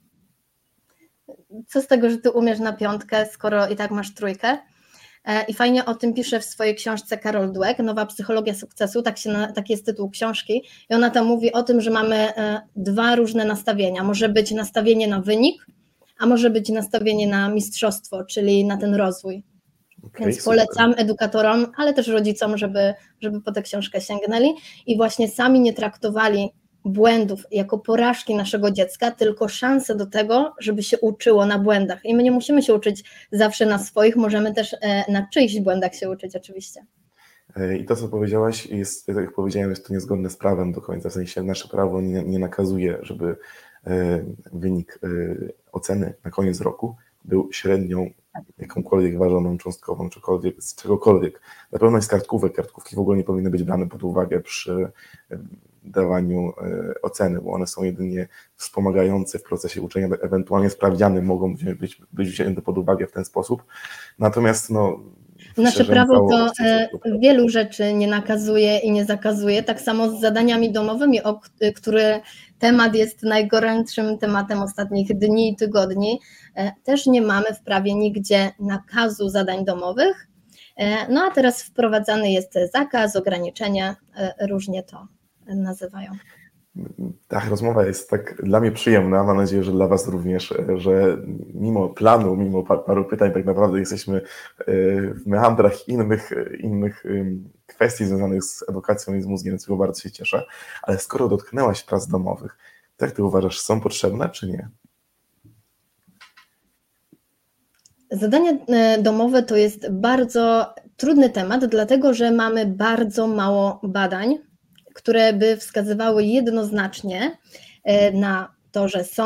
A: Co z tego, że ty umiesz na 5, skoro i tak masz 3? I fajnie o tym pisze w swojej książce Karol Dweck, Nowa psychologia sukcesu, taki jest tytuł książki i ona tam mówi o tym, że mamy 2 różne nastawienia. Może być nastawienie na wynik, a może być nastawienie na mistrzostwo, czyli na ten rozwój. Więc polecam edukatorom, ale też rodzicom, żeby po tę książkę sięgnęli i właśnie sami nie traktowali błędów jako porażki naszego dziecka, tylko szansę do tego, żeby się uczyło na błędach. I my nie musimy się uczyć zawsze na swoich, możemy też na czyichś błędach się uczyć oczywiście.
B: I to, co powiedziałaś, jest, tak jak powiedziałem, jest to niezgodne z prawem do końca, w sensie nasze prawo nie nakazuje, żeby wynik oceny na koniec roku był średnią jakąkolwiek ważoną, cząstkową, z czegokolwiek. Na pewno jest kartkówek. Kartkówki w ogóle nie powinny być brane pod uwagę przy dawaniu oceny, bo one są jedynie wspomagające w procesie uczenia, ewentualnie sprawdziany mogą być wzięte pod uwagę w ten sposób. Natomiast
A: nasze prawo to wielu rzeczy nie nakazuje i nie zakazuje, tak samo z zadaniami domowymi, który temat jest najgorętszym tematem ostatnich dni i tygodni. Też nie mamy w prawie nigdzie nakazu zadań domowych, no a teraz wprowadzany jest zakaz, ograniczenie, różnie to nazywają.
B: Ta rozmowa jest tak dla mnie przyjemna, mam nadzieję, że dla Was również, że mimo planu, mimo paru pytań tak naprawdę jesteśmy w meandrach innych kwestii związanych z edukacją i z mózgiem, z czego bardzo się cieszę, ale skoro dotknęłaś prac domowych, to jak Ty uważasz, są potrzebne czy nie?
A: Zadania domowe to jest bardzo trudny temat, dlatego że mamy bardzo mało badań, które by wskazywały jednoznacznie na to,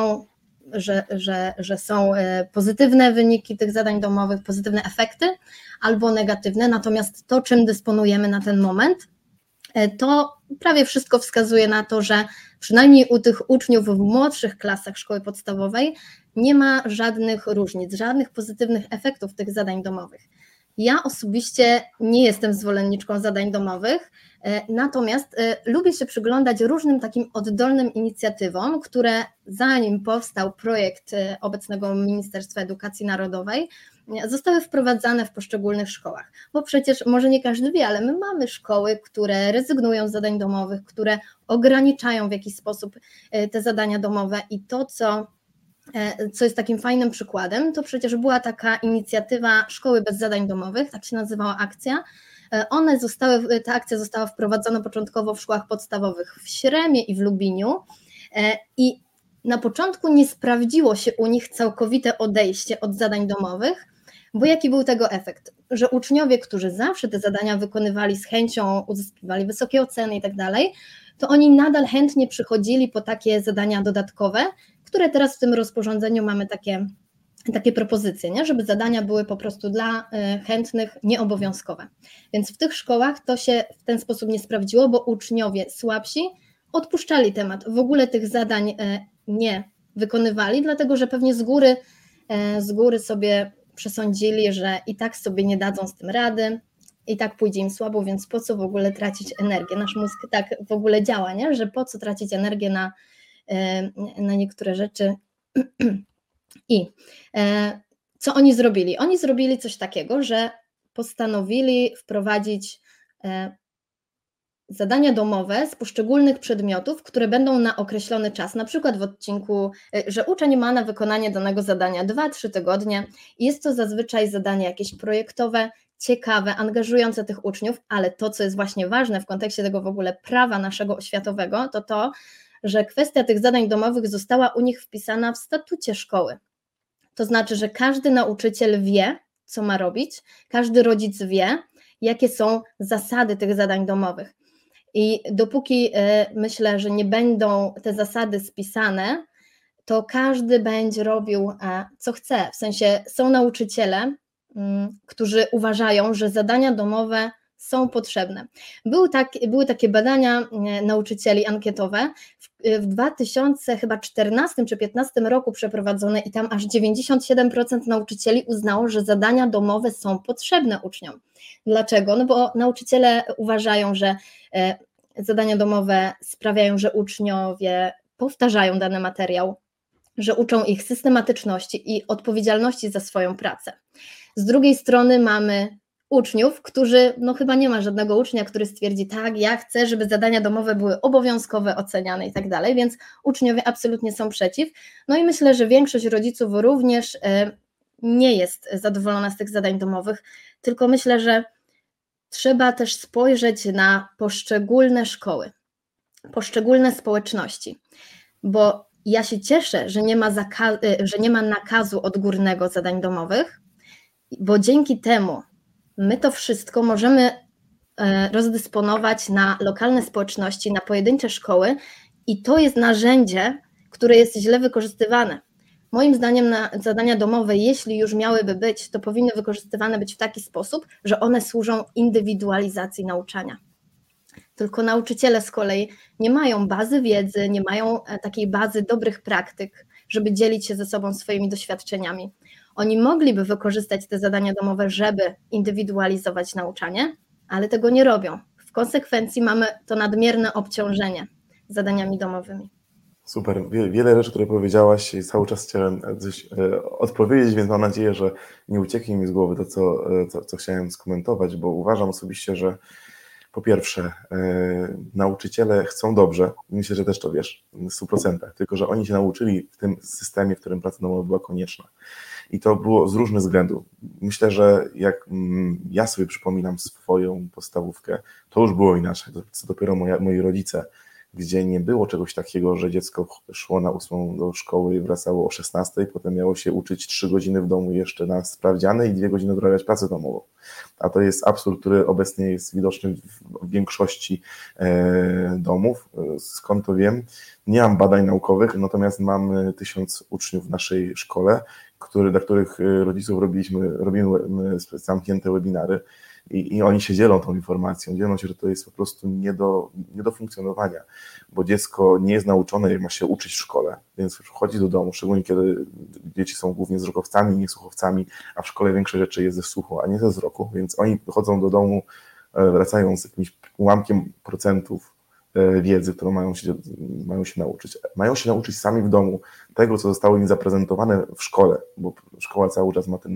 A: że są pozytywne wyniki tych zadań domowych, pozytywne efekty albo negatywne, natomiast to, czym dysponujemy na ten moment, to prawie wszystko wskazuje na to, że przynajmniej u tych uczniów w młodszych klasach szkoły podstawowej nie ma żadnych różnic, żadnych pozytywnych efektów tych zadań domowych. Ja osobiście nie jestem zwolenniczką zadań domowych, natomiast lubię się przyglądać różnym takim oddolnym inicjatywom, które zanim powstał projekt obecnego Ministerstwa Edukacji Narodowej, zostały wprowadzane w poszczególnych szkołach, bo przecież może nie każdy wie, ale my mamy szkoły, które rezygnują z zadań domowych, które ograniczają w jakiś sposób te zadania domowe i to, co co jest takim fajnym przykładem, to przecież była taka inicjatywa Szkoły bez zadań domowych, tak się nazywała akcja. Ta akcja została wprowadzona początkowo w szkołach podstawowych w Śremie i w Lubiniu i na początku nie sprawdziło się u nich całkowite odejście od zadań domowych, bo jaki był tego efekt? Że uczniowie, którzy zawsze te zadania wykonywali z chęcią, uzyskiwali wysokie oceny i tak dalej, to oni nadal chętnie przychodzili po takie zadania dodatkowe, które teraz w tym rozporządzeniu mamy takie propozycje, nie? Żeby zadania były po prostu dla chętnych nieobowiązkowe. Więc w tych szkołach to się w ten sposób nie sprawdziło, bo uczniowie słabsi odpuszczali temat, w ogóle tych zadań nie wykonywali, dlatego że pewnie z góry sobie przesądzili, że i tak sobie nie dadzą z tym rady, i tak pójdzie im słabo, więc po co w ogóle tracić energię? Nasz mózg tak w ogóle działa, nie? Że po co tracić energię na niektóre rzeczy. I co oni zrobili? Oni zrobili coś takiego, że postanowili wprowadzić zadania domowe z poszczególnych przedmiotów, które będą na określony czas, na przykład w odcinku, że uczeń ma na wykonanie danego zadania 2-3 tygodnie i jest to zazwyczaj zadanie jakieś projektowe, ciekawe, angażujące tych uczniów, ale to, co jest właśnie ważne w kontekście tego w ogóle prawa naszego oświatowego, to, że kwestia tych zadań domowych została u nich wpisana w statucie szkoły. To znaczy, że każdy nauczyciel wie, co ma robić, każdy rodzic wie, jakie są zasady tych zadań domowych. I dopóki myślę, że nie będą te zasady spisane, to każdy będzie robił, co chce. W sensie są nauczyciele, którzy uważają, że zadania domowe są potrzebne. Były takie badania nauczycieli ankietowe w 2014 czy 2015 roku przeprowadzone i tam aż 97% nauczycieli uznało, że zadania domowe są potrzebne uczniom. Dlaczego? No bo nauczyciele uważają, że zadania domowe sprawiają, że uczniowie powtarzają dany materiał, że uczą ich systematyczności i odpowiedzialności za swoją pracę. Z drugiej strony mamy uczniów, którzy, no chyba nie ma żadnego ucznia, który stwierdzi, tak, ja chcę, żeby zadania domowe były obowiązkowe, oceniane i tak dalej, więc uczniowie absolutnie są przeciw. No i myślę, że większość rodziców również nie jest zadowolona z tych zadań domowych, tylko myślę, że trzeba też spojrzeć na poszczególne szkoły, poszczególne społeczności, bo ja się cieszę, że nie ma nakazu odgórnego zadań domowych, bo dzięki temu my to wszystko możemy rozdysponować na lokalne społeczności, na pojedyncze szkoły i to jest narzędzie, które jest źle wykorzystywane. Moim zdaniem zadania domowe, jeśli już miałyby być, to powinny wykorzystywane być w taki sposób, że one służą indywidualizacji nauczania. Tylko nauczyciele z kolei nie mają bazy wiedzy, nie mają takiej bazy dobrych praktyk, żeby dzielić się ze sobą swoimi doświadczeniami. Oni mogliby wykorzystać te zadania domowe, żeby indywidualizować nauczanie, ale tego nie robią. W konsekwencji mamy to nadmierne obciążenie zadaniami domowymi.
B: Super, wiele rzeczy, które powiedziałaś, cały czas chciałem coś odpowiedzieć, więc mam nadzieję, że nie ucieknie mi z głowy to, co chciałem skomentować, bo uważam osobiście, że po pierwsze, nauczyciele chcą dobrze, myślę, że też to wiesz, w 100%, tylko że oni się nauczyli w tym systemie, w którym praca domowa była konieczna. I to było z różnych względów. Myślę, że jak ja sobie przypominam swoją podstawówkę, to już było inaczej, co dopiero moi rodzice, gdzie nie było czegoś takiego, że dziecko szło na 8 do szkoły i wracało o 16, potem miało się uczyć 3 godziny w domu jeszcze na sprawdziany i 2 godziny odrabiać pracę domową. A to jest absurd, który obecnie jest widoczny w większości domów. Skąd to wiem? Nie mam badań naukowych, natomiast mamy 1000 uczniów w naszej szkole, dla których rodziców robimy zamknięte webinary. I oni się dzielą tą informacją, dzielą się, że to jest po prostu nie do funkcjonowania, bo dziecko nie jest nauczone, jak ma się uczyć w szkole, więc wchodzi do domu, szczególnie kiedy dzieci są głównie wzrokowcami, nie słuchowcami, a w szkole większość rzeczy jest ze słuchu, a nie ze wzroku, więc oni wychodzą do domu, wracają z jakimś ułamkiem procentów wiedzy, którą mają się nauczyć. Mają się nauczyć sami w domu tego, co zostało im zaprezentowane w szkole, bo szkoła cały czas ma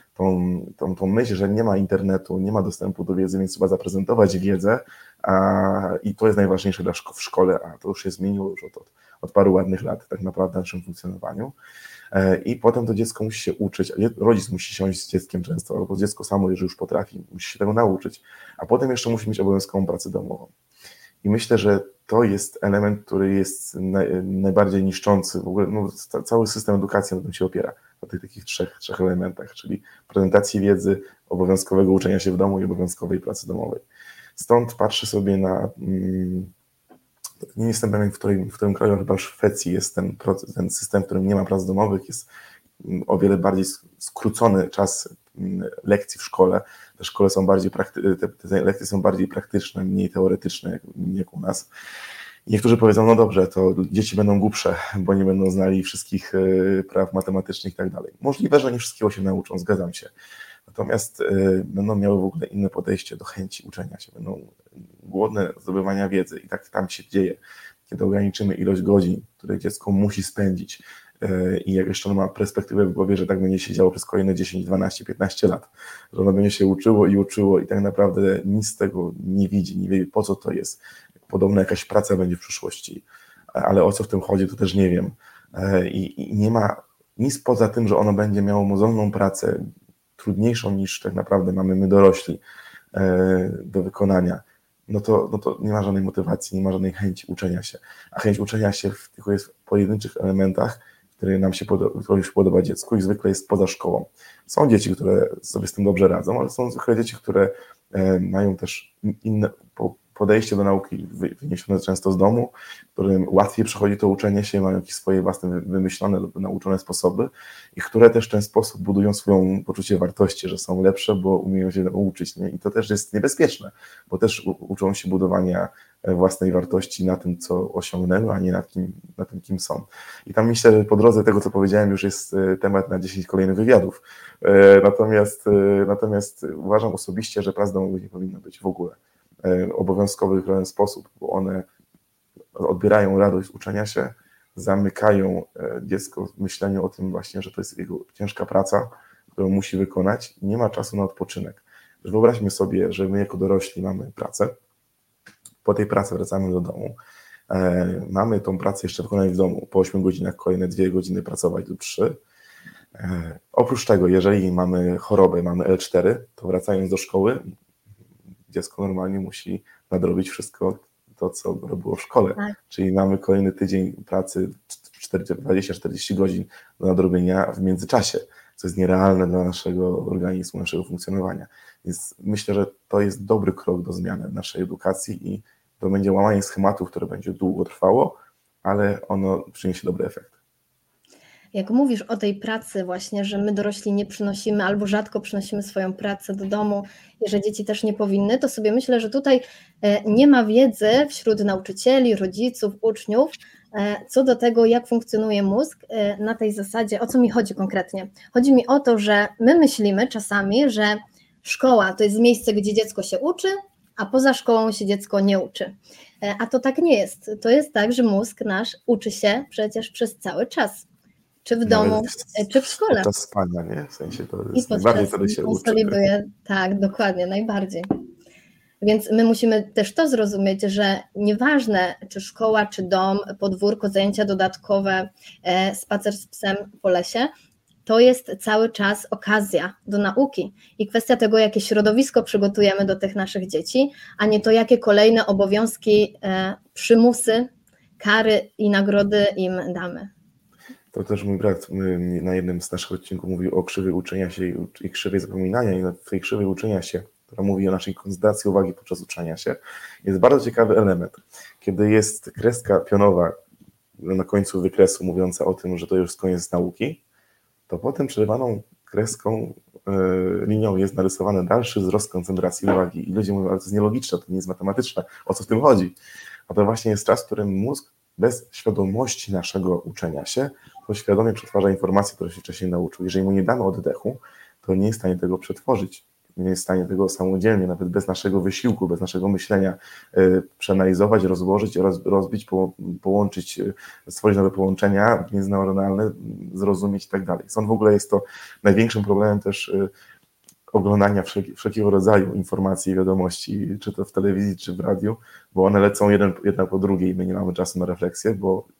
B: tą myśl, że nie ma internetu, nie ma dostępu do wiedzy, więc trzeba zaprezentować wiedzę i to jest najważniejsze w szkole, a to już się zmieniło już od paru ładnych lat tak naprawdę w naszym funkcjonowaniu. I potem to dziecko musi się uczyć, rodzic musi siąść z dzieckiem często, albo dziecko samo, jeżeli już potrafi, musi się tego nauczyć, a potem jeszcze musi mieć obowiązkową pracę domową. I myślę, że to jest element, który jest najbardziej niszczący. W ogóle cały system edukacji na tym się opiera, na tych takich trzech elementach, czyli prezentacji wiedzy, obowiązkowego uczenia się w domu i obowiązkowej pracy domowej. Stąd patrzę sobie na... Nie jestem pewien, w którym kraju, chyba w Szwecji jest ten system, w którym nie ma prac domowych, jest o wiele bardziej skrócony czas lekcji w szkole. Te lekcje są bardziej praktyczne, mniej teoretyczne, jak u nas. I niektórzy powiedzą, no dobrze, to dzieci będą głupsze, bo nie będą znali wszystkich praw matematycznych i tak dalej. Możliwe, że nie wszystkiego się nauczą, zgadzam się. Natomiast będą miały w ogóle inne podejście do chęci uczenia się, będą głodne zdobywania wiedzy i tak tam się dzieje, kiedy ograniczymy ilość godzin, które dziecko musi spędzić i jak jeszcze ono ma perspektywę w głowie, że tak będzie się działo przez kolejne 10, 12, 15 lat, że ono będzie się uczyło i tak naprawdę nic z tego nie widzi, nie wie, po co to jest. Podobno jakaś praca będzie w przyszłości, ale o co w tym chodzi, to też nie wiem. I nie ma nic poza tym, że ono będzie miało mozolną pracę, trudniejszą niż tak naprawdę mamy my dorośli do wykonania, no to nie ma żadnej motywacji, nie ma żadnej chęci uczenia się. A chęć uczenia się tylko jest w pojedynczych elementach, które już podoba dziecku i zwykle jest poza szkołą. Są dzieci, które sobie z tym dobrze radzą, ale są zwykle dzieci, które mają też inne podejście do nauki wyniesione często z domu, którym łatwiej przychodzi to uczenie się, mają jakieś swoje własne wymyślone lub nauczone sposoby i które też w ten sposób budują swoje poczucie wartości, że są lepsze, bo umieją się uczyć. Nie? I to też jest niebezpieczne, bo też uczą się budowania własnej wartości na tym, co osiągnęły, a nie na tym, kim są. I tam myślę, że po drodze tego, co powiedziałem, już jest temat na 10 kolejnych wywiadów. Natomiast uważam osobiście, że prac domowych nie powinno być w ogóle obowiązkowych w żaden sposób, bo one odbierają radość uczenia się, zamykają dziecko w myśleniu o tym właśnie, że to jest jego ciężka praca, którą musi wykonać i nie ma czasu na odpoczynek. Wyobraźmy sobie, że my jako dorośli mamy pracę, po tej pracy wracamy do domu, mamy tą pracę jeszcze wykonać w domu, po 8 godzinach kolejne 2 godziny pracować lub 3. Oprócz tego, jeżeli mamy chorobę, mamy L4, to wracając do szkoły, dziecko normalnie musi nadrobić wszystko to, co robiło w szkole. Tak. Czyli mamy kolejny tydzień pracy, 20-40 godzin do nadrobienia w międzyczasie, co jest nierealne dla naszego organizmu, naszego funkcjonowania. Więc myślę, że to jest dobry krok do zmiany naszej edukacji i to będzie łamanie schematów, które będzie długo trwało, ale ono przyniesie dobry efekt.
A: Jak mówisz o tej pracy właśnie, że my dorośli nie przynosimy albo rzadko przynosimy swoją pracę do domu i że dzieci też nie powinny, to sobie myślę, że tutaj nie ma wiedzy wśród nauczycieli, rodziców, uczniów co do tego, jak funkcjonuje mózg na tej zasadzie. O co mi chodzi konkretnie? Chodzi mi o to, że my myślimy czasami, że szkoła to jest miejsce, gdzie dziecko się uczy, a poza szkołą się dziecko nie uczy. A to tak nie jest. To jest tak, że mózg nasz uczy się przecież przez cały czas. Czy w domu, czy w szkole.
B: Podczas spania, nie? W sensie to jest najbardziej wtedy się uczy.
A: Tak, dokładnie, najbardziej. Więc my musimy też to zrozumieć, że nieważne czy szkoła, czy dom, podwórko, zajęcia dodatkowe, spacer z psem po lesie, to jest cały czas okazja do nauki i kwestia tego, jakie środowisko przygotujemy do tych naszych dzieci, a nie to, jakie kolejne obowiązki, przymusy, kary i nagrody im damy.
B: To też mój brat na jednym z naszych odcinków mówił o krzywej uczenia się i krzywej zapominania i w tej krzywej uczenia się, która mówi o naszej koncentracji uwagi podczas uczenia się, jest bardzo ciekawy element. Kiedy jest kreska pionowa na końcu wykresu mówiąca o tym, że to już koniec nauki, to potem przerywaną kreską, linią jest narysowany dalszy wzrost koncentracji uwagi i ludzie mówią, ale to jest nielogiczne, to nie jest matematyczne, o co w tym chodzi? A to właśnie jest czas, w którym mózg bez świadomości naszego uczenia się, to świadomie przetwarza informacje, które się wcześniej nauczył. Jeżeli mu nie damy oddechu, to nie jest w stanie tego przetworzyć. Nie jest w stanie tego samodzielnie, nawet bez naszego wysiłku, bez naszego myślenia przeanalizować, rozłożyć, rozbić, połączyć, stworzyć nowe połączenia międzneuronalne, zrozumieć i tak dalej. Stąd w ogóle jest to największym problemem też oglądania wszelkiego rodzaju informacji i wiadomości, czy to w telewizji, czy w radiu, bo one lecą jedna po drugiej i my nie mamy czasu na refleksję, bo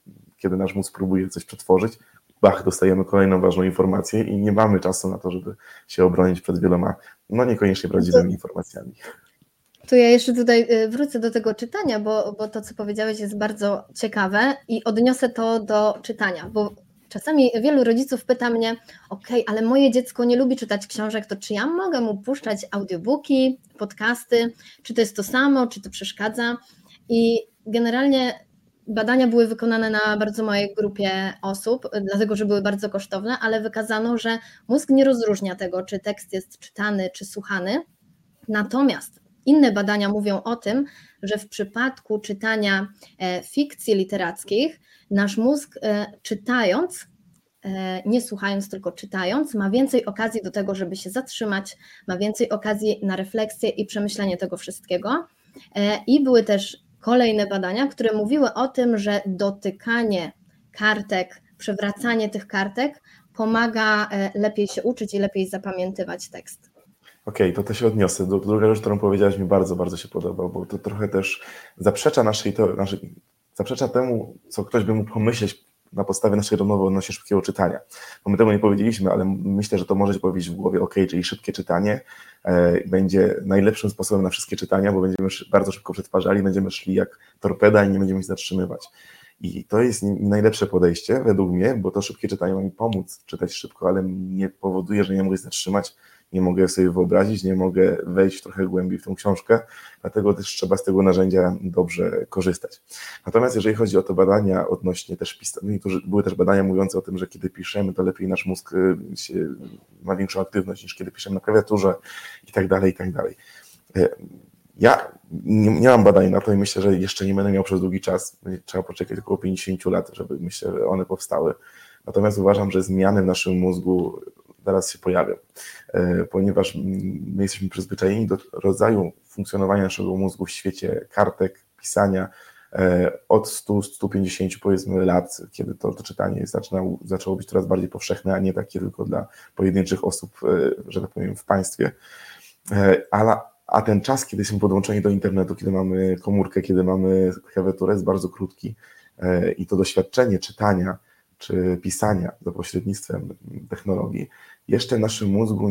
B: kiedy nasz mózg próbuje coś przetworzyć, bach, dostajemy kolejną ważną informację i nie mamy czasu na to, żeby się obronić przed wieloma, no niekoniecznie prawdziwymi informacjami.
A: To ja jeszcze tutaj wrócę do tego czytania, bo to, co powiedziałeś, jest bardzo ciekawe i odniosę to do czytania, bo czasami wielu rodziców pyta mnie, ale moje dziecko nie lubi czytać książek, to czy ja mogę mu puszczać audiobooki, podcasty, czy to jest to samo, czy to przeszkadza? I generalnie badania były wykonane na bardzo małej grupie osób, dlatego że były bardzo kosztowne, ale wykazano, że mózg nie rozróżnia tego, czy tekst jest czytany, czy słuchany. Natomiast inne badania mówią o tym, że w przypadku czytania fikcji literackich nasz mózg czytając, nie słuchając, tylko czytając, ma więcej okazji do tego, żeby się zatrzymać, ma więcej okazji na refleksję i przemyślenie tego wszystkiego. I były też kolejne badania, które mówiły o tym, że dotykanie kartek, przewracanie tych kartek pomaga lepiej się uczyć i lepiej zapamiętywać tekst.
B: Okej, to się odniosę. Druga rzecz, którą powiedziałaś, mi bardzo, bardzo się podoba, bo to trochę też zaprzecza temu, co ktoś by mógł pomyśleć na podstawie naszej rozmowy odnośnie szybkiego czytania. Bo my tego nie powiedzieliśmy, ale myślę, że to możecie powiedzieć w głowie, czyli szybkie czytanie będzie najlepszym sposobem na wszystkie czytania, bo będziemy bardzo szybko przetwarzali, będziemy szli jak torpeda i nie będziemy się zatrzymywać. I to jest najlepsze podejście według mnie, bo to szybkie czytanie ma mi pomóc czytać szybko, ale nie powoduje, że nie mogę się zatrzymać, nie mogę sobie wyobrazić, nie mogę wejść trochę głębiej w tą książkę, dlatego też trzeba z tego narzędzia dobrze korzystać. Natomiast jeżeli chodzi o te badania odnośnie też pisania, były też badania mówiące o tym, że kiedy piszemy, to lepiej nasz mózg ma większą aktywność niż kiedy piszemy na klawiaturze i tak dalej, i tak dalej. Ja nie mam badań na to i myślę, że jeszcze nie będę miał przez długi czas. Trzeba poczekać około 50 lat, żeby myślę, że one powstały. Natomiast uważam, że zmiany w naszym mózgu zaraz się pojawią, ponieważ my jesteśmy przyzwyczajeni do rodzaju funkcjonowania naszego mózgu w świecie kartek, pisania od 100-150 powiedzmy lat, kiedy to czytanie zaczęło być coraz bardziej powszechne, a nie takie tylko dla pojedynczych osób, że tak powiem, w państwie. A ten czas, kiedy jesteśmy podłączeni do internetu, kiedy mamy komórkę, kiedy mamy klawiaturę, jest bardzo krótki i to doświadczenie czytania czy pisania za pośrednictwem technologii jeszcze w naszym mózgu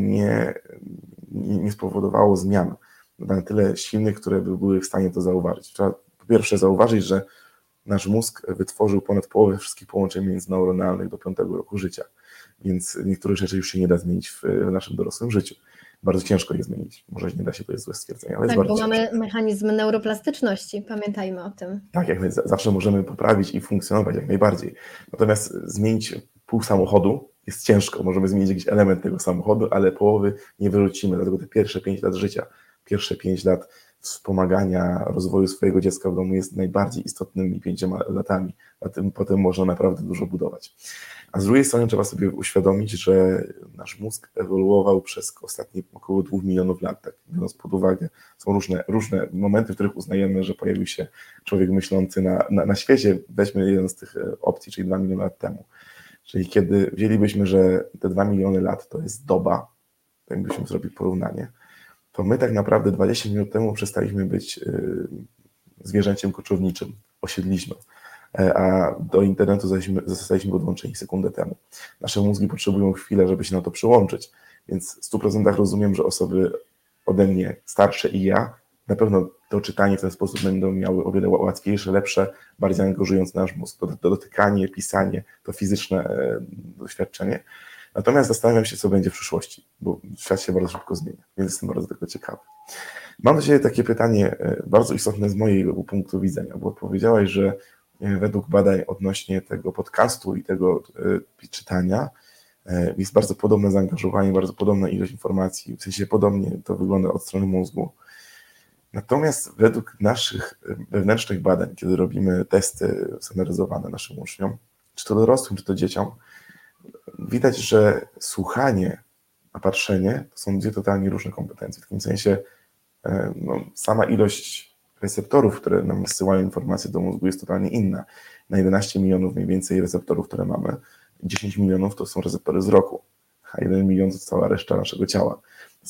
B: nie spowodowało zmian na tyle silnych, które by były w stanie to zauważyć. Trzeba po pierwsze zauważyć, że nasz mózg wytworzył ponad połowę wszystkich połączeń międzyneuronalnych do 5 roku życia, więc niektórych rzeczy już się nie da zmienić w naszym dorosłym życiu. Bardzo ciężko je zmienić. Może nie da się, to jest złe stwierdzenie, ale
A: tak,
B: jest bardzo
A: bo
B: ciężko.
A: mamy mechanizm neuroplastyczności, pamiętajmy o tym.
B: Tak, zawsze możemy poprawić i funkcjonować jak najbardziej. Natomiast zmienić pół samochodu jest ciężko. Możemy zmienić jakiś element tego samochodu, ale połowy nie wyrzucimy. Dlatego te pierwsze 5 lat życia, pierwsze 5 lat wspomagania rozwoju swojego dziecka w domu jest najbardziej istotnymi 5 latami. Potem można naprawdę dużo budować. A z drugiej strony trzeba sobie uświadomić, że nasz mózg ewoluował przez ostatnie około 2 milionów lat. Tak, biorąc pod uwagę, są różne momenty, w których uznajemy, że pojawił się człowiek myślący na świecie. Weźmy jeden z tych opcji, czyli 2 miliony lat temu. Czyli kiedy wzięlibyśmy, że te 2 miliony lat to jest doba, tak jakbyśmy zrobili porównanie, to my tak naprawdę 20 minut temu przestaliśmy być zwierzęciem koczowniczym, osiedliśmy, a do internetu zostaliśmy podłączeni sekundę temu. Nasze mózgi potrzebują chwilę, żeby się na to przyłączyć, więc w 100% rozumiem, że osoby ode mnie starsze i ja na pewno to czytanie w ten sposób będą miały o wiele łatwiejsze, lepsze, bardziej angażujące nasz mózg. To dotykanie, pisanie, to fizyczne doświadczenie. Natomiast zastanawiam się, co będzie w przyszłości, bo świat się bardzo szybko zmienia, więc jestem bardzo tego ciekawy. Mam do Ciebie takie pytanie bardzo istotne z mojego punktu widzenia, bo powiedziałaś, że według badań odnośnie tego podcastu i tego czytania jest bardzo podobne zaangażowanie, bardzo podobna ilość informacji, w sensie podobnie to wygląda od strony mózgu. Natomiast według naszych wewnętrznych badań, kiedy robimy testy standaryzowane naszym uczniom, czy to dorosłym, czy to dzieciom, widać, że słuchanie a patrzenie to są dwie totalnie różne kompetencje. W takim sensie sama ilość receptorów, które nam wysyłają informacje do mózgu jest totalnie inna. Na 11 milionów mniej więcej receptorów, które mamy, 10 milionów to są receptory wzroku, a 1 milion to cała reszta naszego ciała.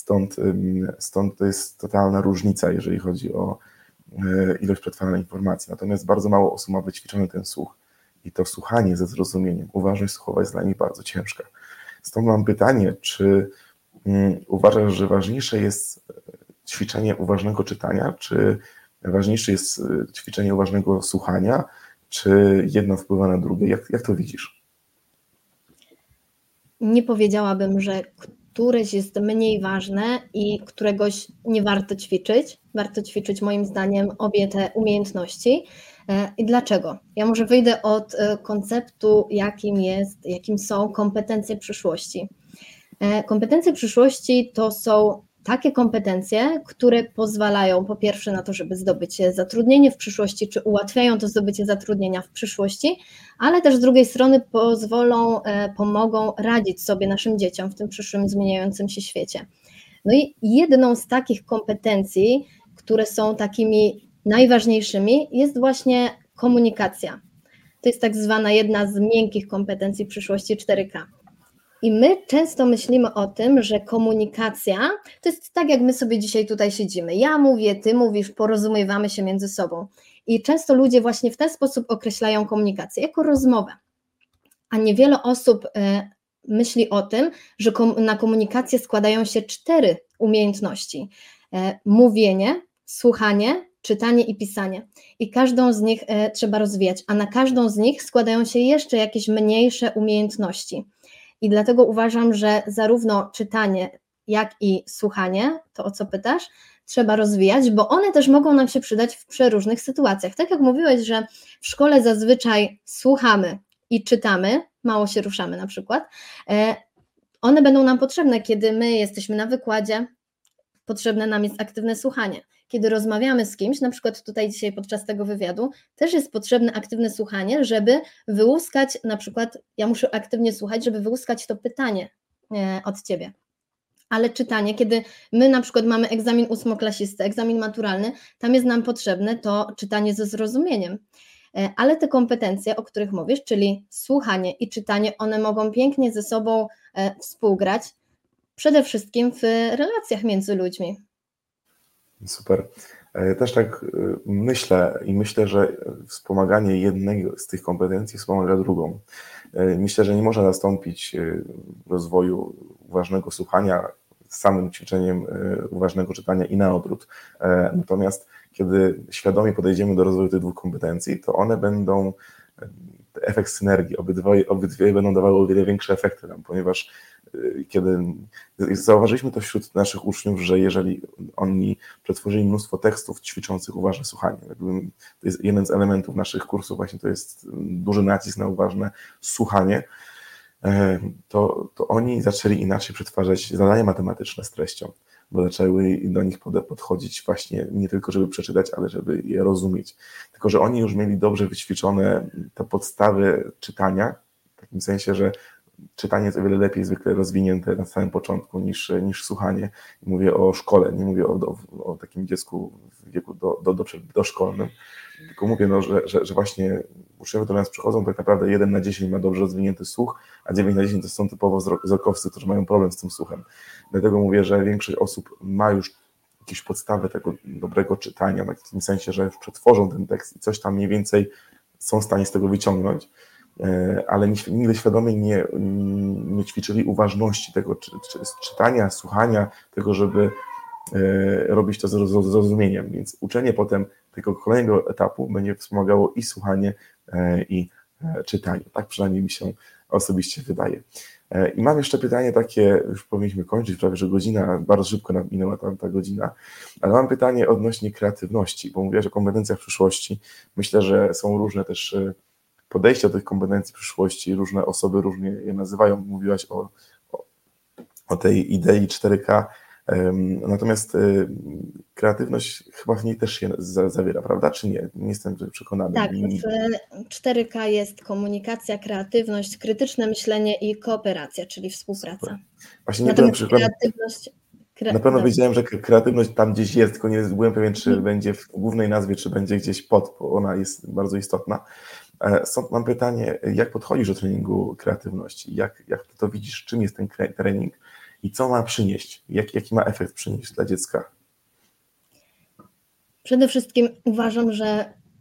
B: Stąd to jest totalna różnica, jeżeli chodzi o ilość przetwarzanej informacji. Natomiast bardzo mało osób ma wyćwiczony ten słuch. i to słuchanie ze zrozumieniem, uważność słowa jest dla nich bardzo ciężka. Stąd mam pytanie, czy uważasz, że ważniejsze jest ćwiczenie uważnego czytania, czy ważniejsze jest ćwiczenie uważnego słuchania, czy jedno wpływa na drugie? Jak to widzisz?
A: Nie powiedziałabym, że któreś jest mniej ważne i któregoś nie warto ćwiczyć. Warto ćwiczyć moim zdaniem obie te umiejętności. I dlaczego? Ja może wyjdę od konceptu, jakim są kompetencje przyszłości. Kompetencje przyszłości to są takie kompetencje, które pozwalają po pierwsze na to, żeby zdobyć zatrudnienie w przyszłości, czy ułatwiają to zdobycie zatrudnienia w przyszłości, ale też z drugiej strony pomogą radzić sobie naszym dzieciom w tym przyszłym zmieniającym się świecie. No i jedną z takich kompetencji, które są takimi najważniejszymi, jest właśnie komunikacja. To jest tak zwana jedna z miękkich kompetencji przyszłości 4K. I my często myślimy o tym, że komunikacja to jest tak, jak my sobie dzisiaj tutaj siedzimy. Ja mówię, ty mówisz, porozumiewamy się między sobą. I często ludzie właśnie w ten sposób określają komunikację, jako rozmowę. A niewiele osób myśli o tym, że na komunikację składają się 4 umiejętności. Mówienie, słuchanie, czytanie i pisanie. I każdą z nich trzeba rozwijać, a na każdą z nich składają się jeszcze jakieś mniejsze umiejętności. I dlatego uważam, że zarówno czytanie, jak i słuchanie, to o co pytasz, trzeba rozwijać, bo one też mogą nam się przydać w przeróżnych sytuacjach. Tak jak mówiłeś, że w szkole zazwyczaj słuchamy i czytamy, mało się ruszamy na przykład, one będą nam potrzebne, kiedy my jesteśmy na wykładzie, potrzebne nam jest aktywne słuchanie. Kiedy rozmawiamy z kimś, na przykład tutaj dzisiaj podczas tego wywiadu, też jest potrzebne aktywne słuchanie, żeby wyłuskać, na przykład ja muszę aktywnie słuchać, żeby wyłuskać to pytanie od Ciebie. Ale czytanie, kiedy my na przykład mamy egzamin ósmoklasisty, egzamin maturalny, tam jest nam potrzebne to czytanie ze zrozumieniem. Ale te kompetencje, o których mówisz, czyli słuchanie i czytanie, one mogą pięknie ze sobą współgrać, przede wszystkim w relacjach między ludźmi.
B: Super. Też tak myślę, że wspomaganie jednej z tych kompetencji wspomaga drugą. Myślę, że nie można nastąpić rozwoju uważnego słuchania z samym ćwiczeniem uważnego czytania i na odwrót. Natomiast kiedy świadomie podejdziemy do rozwoju tych 2 kompetencji, to one będą efekt synergii, obydwie będą dawały o wiele większe efekty nam, ponieważ kiedy zauważyliśmy to wśród naszych uczniów, że jeżeli oni przetworzyli mnóstwo tekstów ćwiczących uważne słuchanie, to jest jeden z elementów naszych kursów, właśnie to jest duży nacisk na uważne słuchanie, to oni zaczęli inaczej przetwarzać zadania matematyczne z treścią, bo zaczęły do nich podchodzić właśnie nie tylko, żeby przeczytać, ale żeby je rozumieć. Tylko że oni już mieli dobrze wyćwiczone te podstawy czytania, w takim sensie, że czytanie jest o wiele lepiej zwykle rozwinięte na samym początku niż słuchanie. Mówię o szkole, nie mówię o takim dziecku w wieku doszkolnym, tylko mówię, że właśnie uczniowie do nas przychodzą, tak naprawdę 1 na 10 ma dobrze rozwinięty słuch, a 9 na 10 to są typowo wzrokowcy, którzy mają problem z tym słuchem. Dlatego mówię, że większość osób ma już jakieś podstawy tego dobrego czytania, w tym sensie, że już przetworzą ten tekst i coś tam mniej więcej są w stanie z tego wyciągnąć, ale nigdy świadomie nie ćwiczyli uważności tego czytania, słuchania, tego, żeby robić to z zrozumieniem. Więc uczenie potem tego kolejnego etapu będzie wspomagało i słuchanie, i czytanie. Tak przynajmniej mi się osobiście wydaje. I mam jeszcze pytanie takie, już powinniśmy kończyć, prawie że godzina, bardzo szybko nam minęła ta godzina, ale mam pytanie odnośnie kreatywności, bo mówiłaś o kompetencjach przyszłości. Myślę, że są różne też podejścia do tych kompetencji przyszłości, różne osoby różnie je nazywają. Mówiłaś o tej idei 4K, natomiast kreatywność chyba w niej też się zawiera, prawda? Czy nie? Nie jestem przekonany.
A: Tak, w 4K jest komunikacja, kreatywność, krytyczne myślenie i kooperacja, czyli współpraca.
B: Super. Właśnie nie byłem przekonany. Na pewno wiedziałem, że kreatywność tam gdzieś jest, tylko nie byłem pewien, czy będzie w głównej nazwie, czy będzie gdzieś pod, bo ona jest bardzo istotna. Stąd mam pytanie, jak podchodzisz do treningu kreatywności? Jak ty to widzisz? Czym jest ten trening? I co ma przynieść? Jaki ma efekt przynieść dla dziecka?
A: Przede wszystkim uważam, że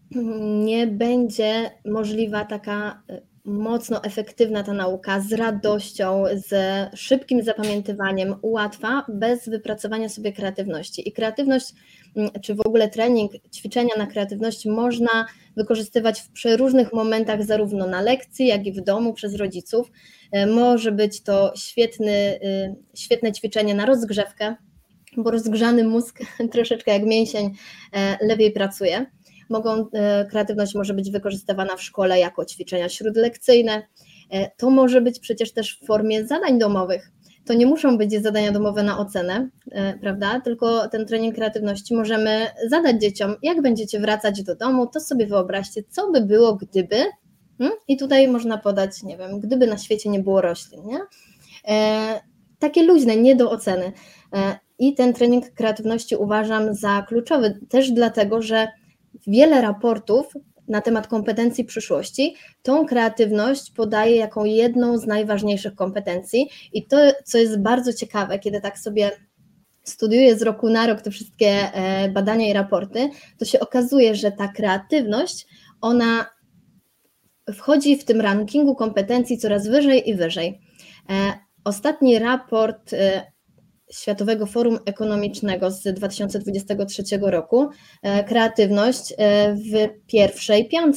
A: nie będzie możliwa taka mocno efektywna ta nauka z radością, z szybkim zapamiętywaniem, łatwa, bez wypracowania sobie kreatywności. I kreatywność, czy w ogóle trening, ćwiczenia na kreatywność można wykorzystywać w przeróżnych momentach, zarówno na lekcji, jak i w domu przez rodziców. Może być to świetne ćwiczenie na rozgrzewkę, bo rozgrzany mózg troszeczkę jak mięsień lepiej pracuje. Kreatywność może być wykorzystywana w szkole jako ćwiczenia śródlekcyjne. To może być przecież też w formie zadań domowych. To nie muszą być zadania domowe na ocenę, prawda? Tylko ten trening kreatywności możemy zadać dzieciom, jak będziecie wracać do domu, to sobie wyobraźcie, co by było, gdyby. I tutaj można podać, nie wiem, gdyby na świecie nie było roślin, nie? Takie luźne, nie do oceny. I ten trening kreatywności uważam za kluczowy, też dlatego, że wiele raportów na temat kompetencji przyszłości tą kreatywność podaje jako jedną z najważniejszych kompetencji i to, co jest bardzo ciekawe, kiedy tak sobie studiuję z roku na rok te wszystkie badania i raporty, to się okazuje, że ta kreatywność, ona wchodzi w tym rankingu kompetencji coraz wyżej i wyżej. Ostatni raport Światowego Forum Ekonomicznego z 2023 roku kreatywność w pierwszej 5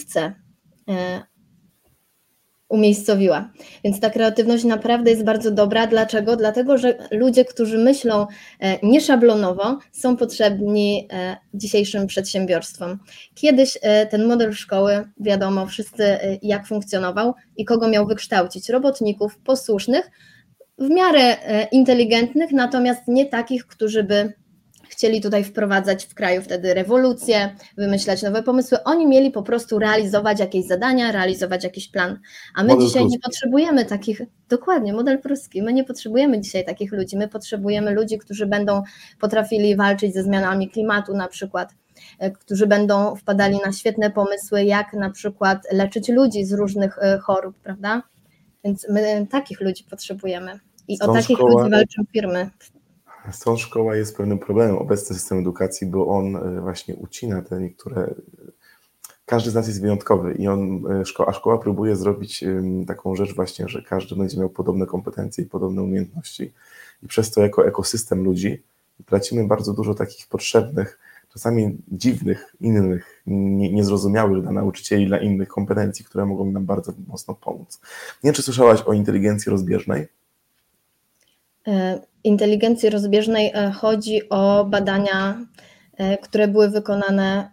A: umiejscowiła. Więc ta kreatywność naprawdę jest bardzo dobra. Dlaczego? Dlatego, że ludzie, którzy myślą nieszablonowo, są potrzebni dzisiejszym przedsiębiorstwom. Kiedyś ten model szkoły, wiadomo, wszyscy jak funkcjonował i kogo miał wykształcić. Robotników posłusznych, w miarę inteligentnych, natomiast nie takich, którzy by chcieli tutaj wprowadzać w kraju wtedy rewolucję, wymyślać nowe pomysły. Oni mieli po prostu realizować jakieś zadania, realizować jakiś plan. A my
B: Model
A: dzisiaj
B: pruski.
A: nie potrzebujemy takich, dokładnie, model pruski, my nie potrzebujemy dzisiaj takich ludzi, my potrzebujemy ludzi, którzy będą potrafili walczyć ze zmianami klimatu na przykład, którzy będą wpadali na świetne pomysły, jak na przykład leczyć ludzi z różnych chorób, prawda? Więc my takich ludzi potrzebujemy i o takich ludzi walczą firmy.
B: Stąd szkoła jest pewnym problemem, obecny system edukacji, bo on właśnie ucina te niektóre... Każdy z nas jest wyjątkowy i szkoła próbuje zrobić taką rzecz właśnie, że każdy będzie miał podobne kompetencje i podobne umiejętności i przez to jako ekosystem ludzi tracimy bardzo dużo takich potrzebnych, czasami dziwnych, innych, niezrozumiałych dla nauczycieli, dla innych kompetencji, które mogą nam bardzo mocno pomóc. Nie wiem, czy słyszałaś o inteligencji rozbieżnej?
A: Inteligencji rozbieżnej chodzi o badania, które były wykonane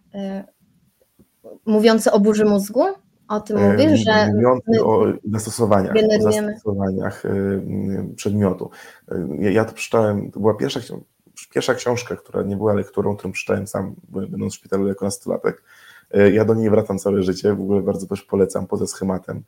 A: mówiące o burzy mózgu. O tym mówisz, że
B: mówiące o zastosowaniach,
A: generujemy.
B: o zastosowaniach przedmiotu. Ja to przeczytałem, to była pierwsza książka, która nie była lekturą, którą przeczytałem sam, będąc w szpitalu jako nastolatek. Ja do niej wracam całe życie, w ogóle bardzo też polecam, poza schematem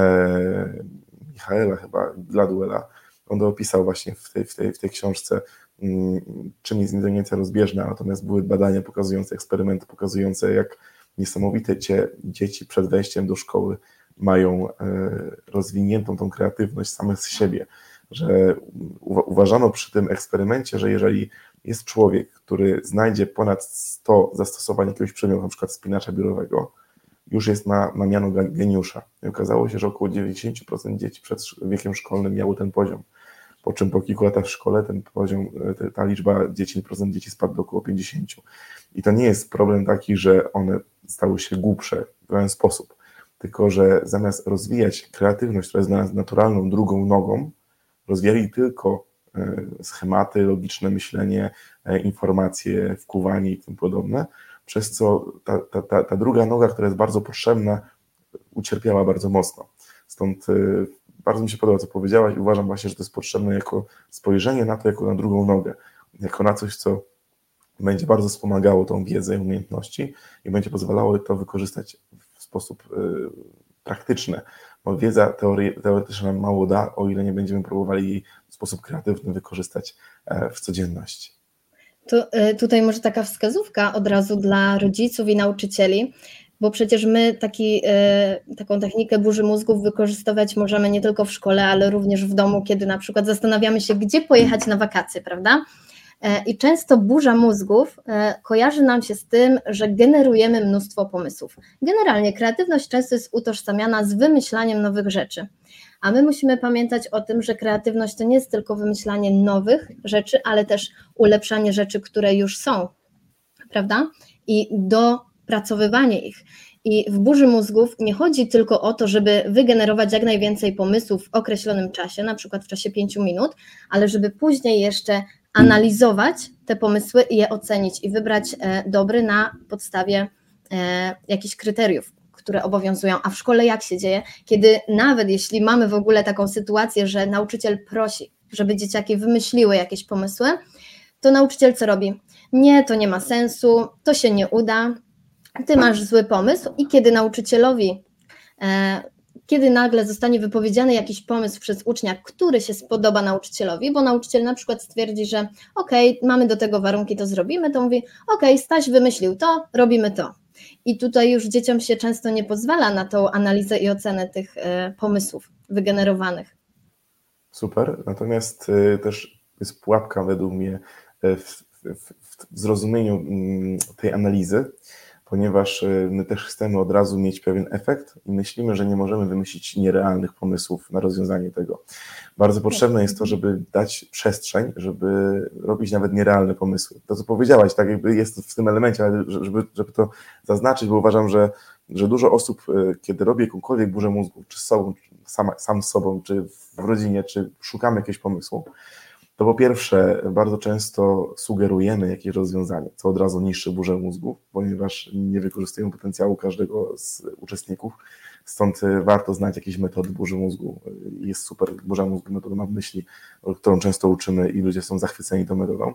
B: Michaela chyba, Gladwella. On to opisał właśnie w tej książce, czym jest inteligencja rozbieżna, natomiast były badania pokazujące, eksperymenty pokazujące, jak niesamowite dzieci przed wejściem do szkoły mają rozwiniętą tą kreatywność samych z siebie, że uważano przy tym eksperymencie, że jeżeli jest człowiek, który znajdzie ponad 100 zastosowań jakiegoś przedmiotu, na przykład spinacza biurowego, już ma miano geniusza. I okazało się, że około 90% dzieci przed wiekiem szkolnym miało ten poziom. Po czym po kilku latach w szkole ten poziom, ta liczba 10% dzieci spadł do około 50%. I to nie jest problem taki, że one stały się głupsze w pewien sposób, tylko że zamiast rozwijać kreatywność, która jest dla nas naturalną drugą nogą, rozwijali tylko schematy, logiczne myślenie, informacje, wkuwanie i tym podobne, przez co ta druga noga, która jest bardzo potrzebna, ucierpiała bardzo mocno. Stąd bardzo mi się podoba, co powiedziałaś i uważam właśnie, że to jest potrzebne jako spojrzenie na to, jako na drugą nogę, jako na coś, co będzie bardzo wspomagało tą wiedzę i umiejętności i będzie pozwalało to wykorzystać w sposób praktyczny, bo wiedza teoretyczna nam mało da, o ile nie będziemy próbowali jej w sposób kreatywny wykorzystać w codzienności.
A: Tutaj może taka wskazówka od razu dla rodziców i nauczycieli, bo przecież my taką technikę burzy mózgów wykorzystywać możemy nie tylko w szkole, ale również w domu, kiedy na przykład zastanawiamy się, gdzie pojechać na wakacje, prawda? I często burza mózgów kojarzy nam się z tym, że generujemy mnóstwo pomysłów. Generalnie kreatywność często jest utożsamiana z wymyślaniem nowych rzeczy. A my musimy pamiętać o tym, że kreatywność to nie jest tylko wymyślanie nowych rzeczy, ale też ulepszanie rzeczy, które już są, prawda? I dopracowywanie ich. I w burzy mózgów nie chodzi tylko o to, żeby wygenerować jak najwięcej pomysłów w określonym czasie, na przykład w czasie 5 minut, ale żeby później jeszcze analizować te pomysły i je ocenić i wybrać dobry na podstawie jakichś kryteriów, które obowiązują. A w szkole jak się dzieje? Kiedy nawet jeśli mamy w ogóle taką sytuację, że nauczyciel prosi, żeby dzieciaki wymyśliły jakieś pomysły, to nauczyciel co robi? Nie, to nie ma sensu, to się nie uda, ty masz zły pomysł i kiedy nagle zostanie wypowiedziany jakiś pomysł przez ucznia, który się spodoba nauczycielowi, bo nauczyciel na przykład stwierdzi, że okej, mamy do tego warunki, to zrobimy, to mówi okej, Staś wymyślił to, robimy to. I tutaj już dzieciom się często nie pozwala na tą analizę i ocenę tych pomysłów wygenerowanych.
B: Super, natomiast też jest pułapka według mnie w zrozumieniu tej analizy, ponieważ my też chcemy od razu mieć pewien efekt i myślimy, że nie możemy wymyślić nierealnych pomysłów na rozwiązanie tego. Bardzo potrzebne jest to, żeby dać przestrzeń, żeby robić nawet nierealne pomysły. To, co powiedziałaś, tak jakby jest w tym elemencie, ale żeby to zaznaczyć, bo uważam, że dużo osób, kiedy robi jakąkolwiek burzę mózgu, czy z sobą, sam z sobą, czy w rodzinie, czy szukamy jakiegoś pomysłu, to po pierwsze bardzo często sugerujemy jakieś rozwiązanie, co od razu niszczy burzę mózgu, ponieważ nie wykorzystujemy potencjału każdego z uczestników, stąd warto znać jakieś metody burzy mózgu. Jest super burza mózgu, metoda na myśli, którą często uczymy i ludzie są zachwyceni tą metodą,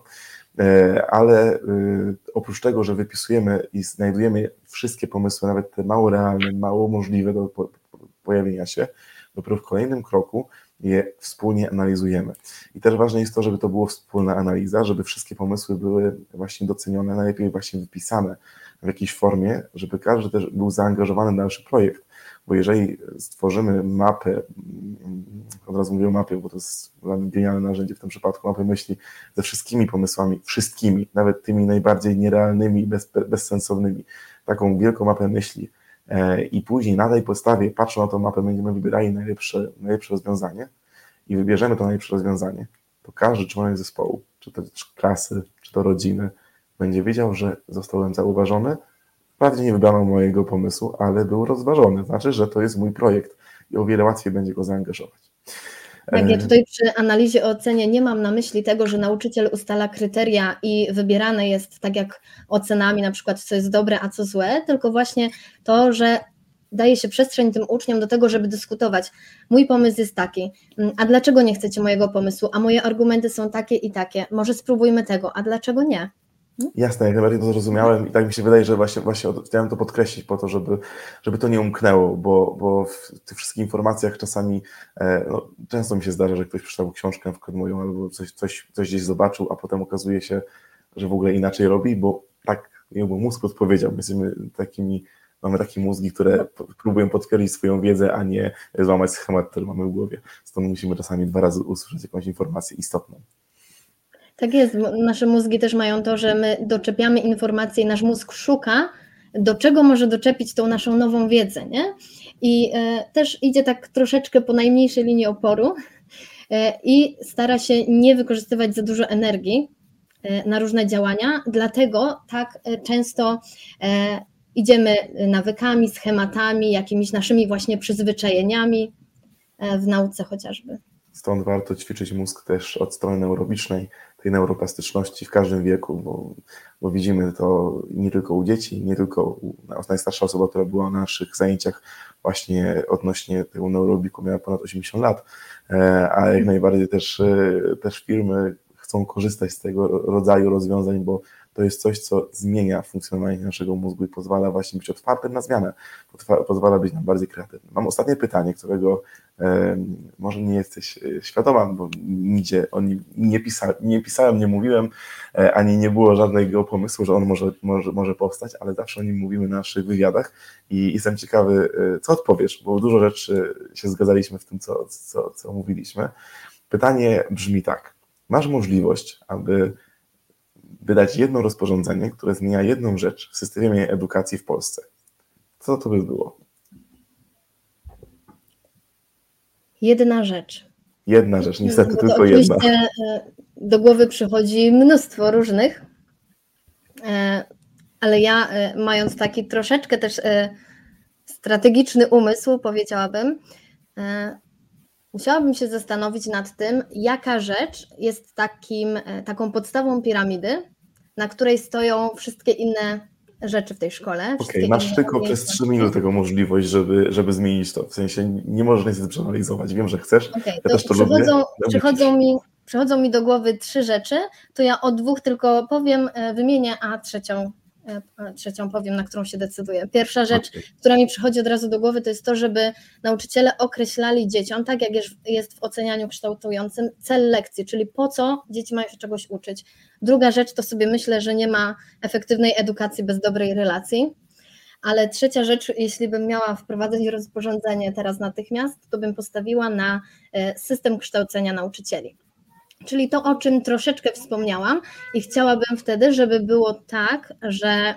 B: ale oprócz tego, że wypisujemy i znajdujemy wszystkie pomysły, nawet te mało realne, mało możliwe do pojawienia się, dopiero w kolejnym kroku je wspólnie analizujemy. I też ważne jest to, żeby to była wspólna analiza, żeby wszystkie pomysły były właśnie docenione, najlepiej właśnie wypisane w jakiejś formie, żeby każdy też był zaangażowany w dalszy projekt, bo jeżeli stworzymy mapę, od razu mówię o mapie, bo to jest genialne narzędzie w tym przypadku, mapę myśli ze wszystkimi pomysłami, wszystkimi, nawet tymi najbardziej nierealnymi, bezsensownymi, taką wielką mapę myśli, i później na tej podstawie, patrząc na tą mapę, będziemy wybierali najlepsze rozwiązanie i wybierzemy to najlepsze rozwiązanie, to każdy członek zespołu, czy to klasy, czy to rodziny, będzie wiedział, że zostałem zauważony. Wprawdzie nie wybrano mojego pomysłu, ale był rozważony. Znaczy, że to jest mój projekt i o wiele łatwiej będzie go zaangażować.
A: Tak, ja tutaj przy analizie o ocenie nie mam na myśli tego, że nauczyciel ustala kryteria i wybierane jest tak jak ocenami, na przykład co jest dobre, a co złe, tylko właśnie to, że daje się przestrzeń tym uczniom do tego, żeby dyskutować. Mój pomysł jest taki, a dlaczego nie chcecie mojego pomysłu, a moje argumenty są takie i takie, może spróbujmy tego, a dlaczego nie?
B: Jasne, jak najbardziej to zrozumiałem i tak mi się wydaje, że właśnie chciałem to podkreślić po to, żeby to nie umknęło, bo w tych wszystkich informacjach czasami, często mi się zdarza, że ktoś przeczytał książkę na przykład moją albo coś gdzieś zobaczył, a potem okazuje się, że w ogóle inaczej robi, bo tak jego mózg odpowiedział. Mamy takie mózgi, które próbują potwierdzić swoją wiedzę, a nie złamać schemat, który mamy w głowie. Stąd musimy czasami 2 razy usłyszeć jakąś informację istotną.
A: Tak jest, nasze mózgi też mają to, że my doczepiamy informacje i nasz mózg szuka, do czego może doczepić tą naszą nową wiedzę, nie? I też idzie tak troszeczkę po najmniejszej linii oporu i stara się nie wykorzystywać za dużo energii na różne działania, dlatego tak często idziemy nawykami, schematami, jakimiś naszymi właśnie przyzwyczajeniami w nauce chociażby.
B: Stąd warto ćwiczyć mózg też od strony neurobicznej, tej neuroplastyczności w każdym wieku, bo widzimy to nie tylko u dzieci, nie tylko najstarsza osoba, która była na naszych zajęciach właśnie odnośnie tego neurobiku, miała ponad 80 lat, a jak najbardziej też firmy chcą korzystać z tego rodzaju rozwiązań, bo to jest coś, co zmienia funkcjonowanie naszego mózgu i pozwala właśnie być otwartym na zmianę, pozwala być nam bardziej kreatywnym. Mam ostatnie pytanie, którego może nie jesteś świadoma, bo nigdzie o nim nie pisałem, nie mówiłem, ani nie było żadnego pomysłu, że on może powstać, ale zawsze o nim mówimy na naszych wywiadach i jestem ciekawy, co odpowiesz, bo dużo rzeczy się zgadzaliśmy w tym, co mówiliśmy. Pytanie brzmi tak. Masz możliwość, aby wydać jedno rozporządzenie, które zmienia jedną rzecz w systemie edukacji w Polsce. Co to by było?
A: Jedna rzecz.
B: Jedna rzecz, niestety
A: Bo to
B: tylko jedna.
A: oczywiście do głowy przychodzi mnóstwo różnych, ale ja, mając taki troszeczkę też strategiczny umysł, powiedziałabym, musiałabym się zastanowić nad tym, jaka rzecz jest taką podstawą piramidy, na której stoją wszystkie inne rzeczy w tej szkole.
B: Okej, masz tylko przez 3 minuty tego możliwość, żeby zmienić to. W sensie nie możesz niestety przeanalizować. Wiem, że chcesz.
A: Okay,
B: ja też to lubię.
A: Przychodzą mi do głowy 3 rzeczy, to ja o 2 tylko powiem, wymienię, a trzecią powiem, na którą się decyduję. Pierwsza rzecz, która mi przychodzi od razu do głowy, to jest to, żeby nauczyciele określali dzieciom, tak jak jest w ocenianiu kształtującym, cel lekcji, czyli po co dzieci mają się czegoś uczyć. Druga rzecz, to sobie myślę, że nie ma efektywnej edukacji bez dobrej relacji. Ale trzecia rzecz, jeśli bym miała wprowadzać rozporządzenie teraz natychmiast, to bym postawiła na system kształcenia nauczycieli. Czyli to, o czym troszeczkę wspomniałam i chciałabym wtedy, żeby było tak, że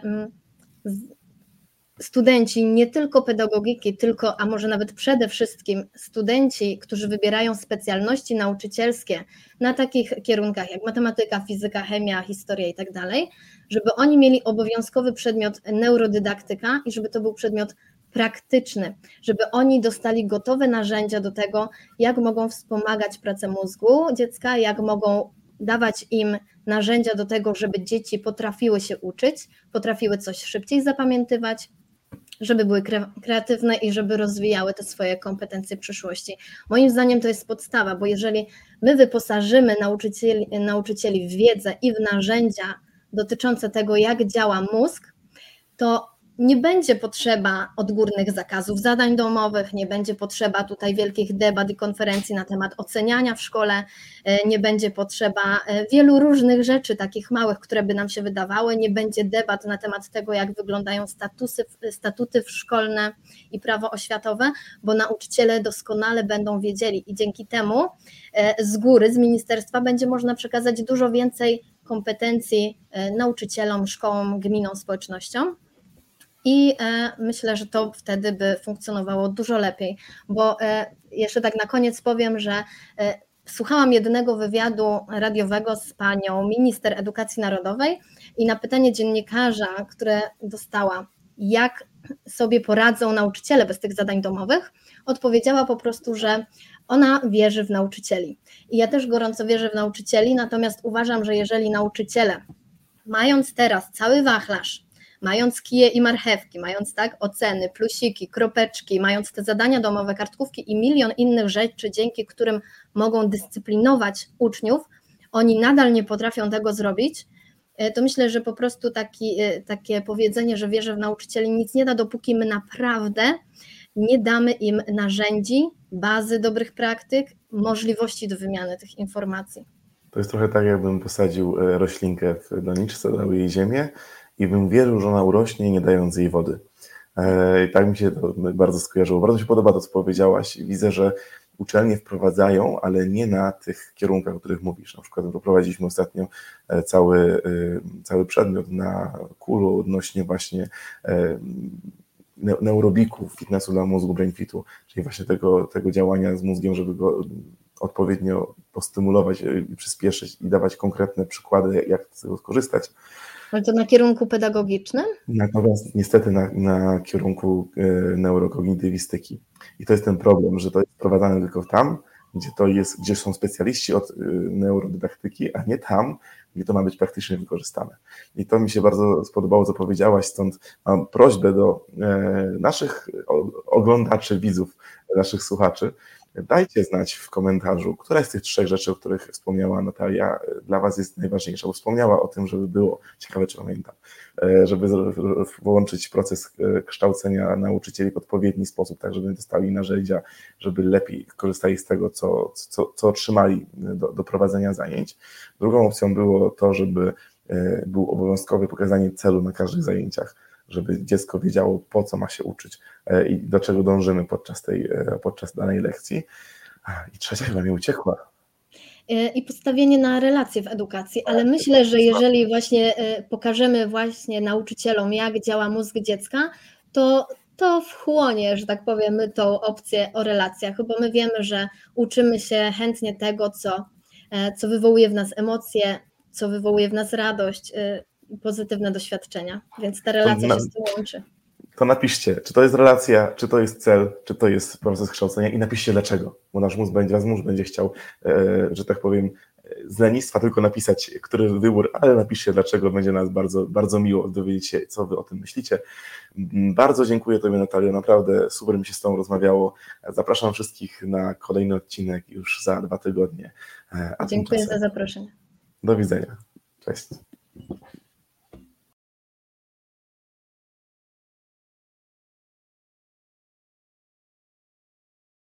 A: studenci nie tylko pedagogiki, a może nawet przede wszystkim studenci, którzy wybierają specjalności nauczycielskie na takich kierunkach jak matematyka, fizyka, chemia, historia i tak dalej, żeby oni mieli obowiązkowy przedmiot neurodydaktyka i żeby to był przedmiot praktyczny, żeby oni dostali gotowe narzędzia do tego, jak mogą wspomagać pracę mózgu dziecka, jak mogą dawać im narzędzia do tego, żeby dzieci potrafiły się uczyć, potrafiły coś szybciej zapamiętywać, żeby były kreatywne i żeby rozwijały te swoje kompetencje przyszłości. Moim zdaniem to jest podstawa, bo jeżeli my wyposażymy nauczycieli w wiedzę i w narzędzia dotyczące tego, jak działa mózg, to nie będzie potrzeba odgórnych zakazów zadań domowych, nie będzie potrzeba tutaj wielkich debat i konferencji na temat oceniania w szkole, nie będzie potrzeba wielu różnych rzeczy takich małych, które by nam się wydawały, nie będzie debat na temat tego, jak wyglądają statuty szkolne i prawo oświatowe, bo nauczyciele doskonale będą wiedzieli i dzięki temu z góry, z ministerstwa będzie można przekazać dużo więcej kompetencji nauczycielom, szkołom, gminom, społecznościom. I myślę, że to wtedy by funkcjonowało dużo lepiej, bo jeszcze tak na koniec powiem, że słuchałam jednego wywiadu radiowego z panią minister edukacji narodowej i na pytanie dziennikarza, które dostała, jak sobie poradzą nauczyciele bez tych zadań domowych, odpowiedziała po prostu, że ona wierzy w nauczycieli. I ja też gorąco wierzę w nauczycieli, natomiast uważam, że jeżeli nauczyciele, mając teraz cały wachlarz, mając kije i marchewki, mając tak oceny, plusiki, kropeczki, mając te zadania domowe, kartkówki i milion innych rzeczy, dzięki którym mogą dyscyplinować uczniów, oni nadal nie potrafią tego zrobić, to myślę, że po prostu takie powiedzenie, że wierzę w nauczycieli, nic nie da, dopóki my naprawdę nie damy im narzędzi, bazy dobrych praktyk, możliwości do wymiany tych informacji.
B: To jest trochę tak, jakbym posadził roślinkę w doniczce, dał jej ziemię i bym wierzył, że ona urośnie, nie dając jej wody. I tak mi się to bardzo skojarzyło. Bardzo mi się podoba to, co powiedziałaś. Widzę, że uczelnie wprowadzają, ale nie na tych kierunkach, o których mówisz. Na przykład prowadziliśmy ostatnio cały przedmiot na Kulu odnośnie właśnie neurobiku, fitnessu dla mózgu, brainfitu, czyli właśnie tego działania z mózgiem, żeby go odpowiednio postymulować i przyspieszyć i dawać konkretne przykłady, jak z tego skorzystać.
A: Ale to na kierunku pedagogicznym?
B: Natomiast niestety na kierunku neurokognitywistyki. I to jest ten problem, że to jest wprowadzane tylko tam, gdzie są specjaliści od neurodydaktyki, a nie tam, gdzie to ma być praktycznie wykorzystane. I to mi się bardzo spodobało, co powiedziałaś, stąd mam prośbę do naszych oglądaczy, widzów, naszych słuchaczy. Dajcie znać w komentarzu, która z tych 3 rzeczy, o których wspomniała Natalia, dla Was jest najważniejsza, bo wspomniała o tym, żeby było, ciekawe czy pamiętam, żeby włączyć proces kształcenia nauczycieli w odpowiedni sposób, tak żeby dostali narzędzia, żeby lepiej korzystali z tego, co otrzymali do prowadzenia zajęć. Drugą opcją było to, żeby był obowiązkowe pokazanie celu na każdych zajęciach, żeby dziecko wiedziało, po co ma się uczyć i do czego dążymy podczas danej lekcji. I trzecia chyba mi uciekła.
A: i postawienie na relacje w edukacji, ale myślę, że jeżeli właśnie pokażemy właśnie nauczycielom, jak działa mózg dziecka, to wchłonie, że tak powiem, tą opcję o relacjach, bo my wiemy, że uczymy się chętnie tego, co wywołuje w nas emocje, co wywołuje w nas radość, pozytywne doświadczenia, więc ta relacja się z tym łączy.
B: To napiszcie, czy to jest relacja, czy to jest cel, czy to jest proces kształcenia i napiszcie dlaczego, bo wasz mózg będzie chciał, że tak powiem, z lenistwa tylko napisać, który wybór, ale napiszcie dlaczego, będzie nas bardzo, bardzo miło dowiedzieć się, co wy o tym myślicie. Bardzo dziękuję tobie, Natalio, naprawdę super mi się z tobą rozmawiało. Zapraszam wszystkich na kolejny odcinek już za 2 tygodnie.
A: Dziękuję za zaproszenie.
B: Do widzenia. Cześć.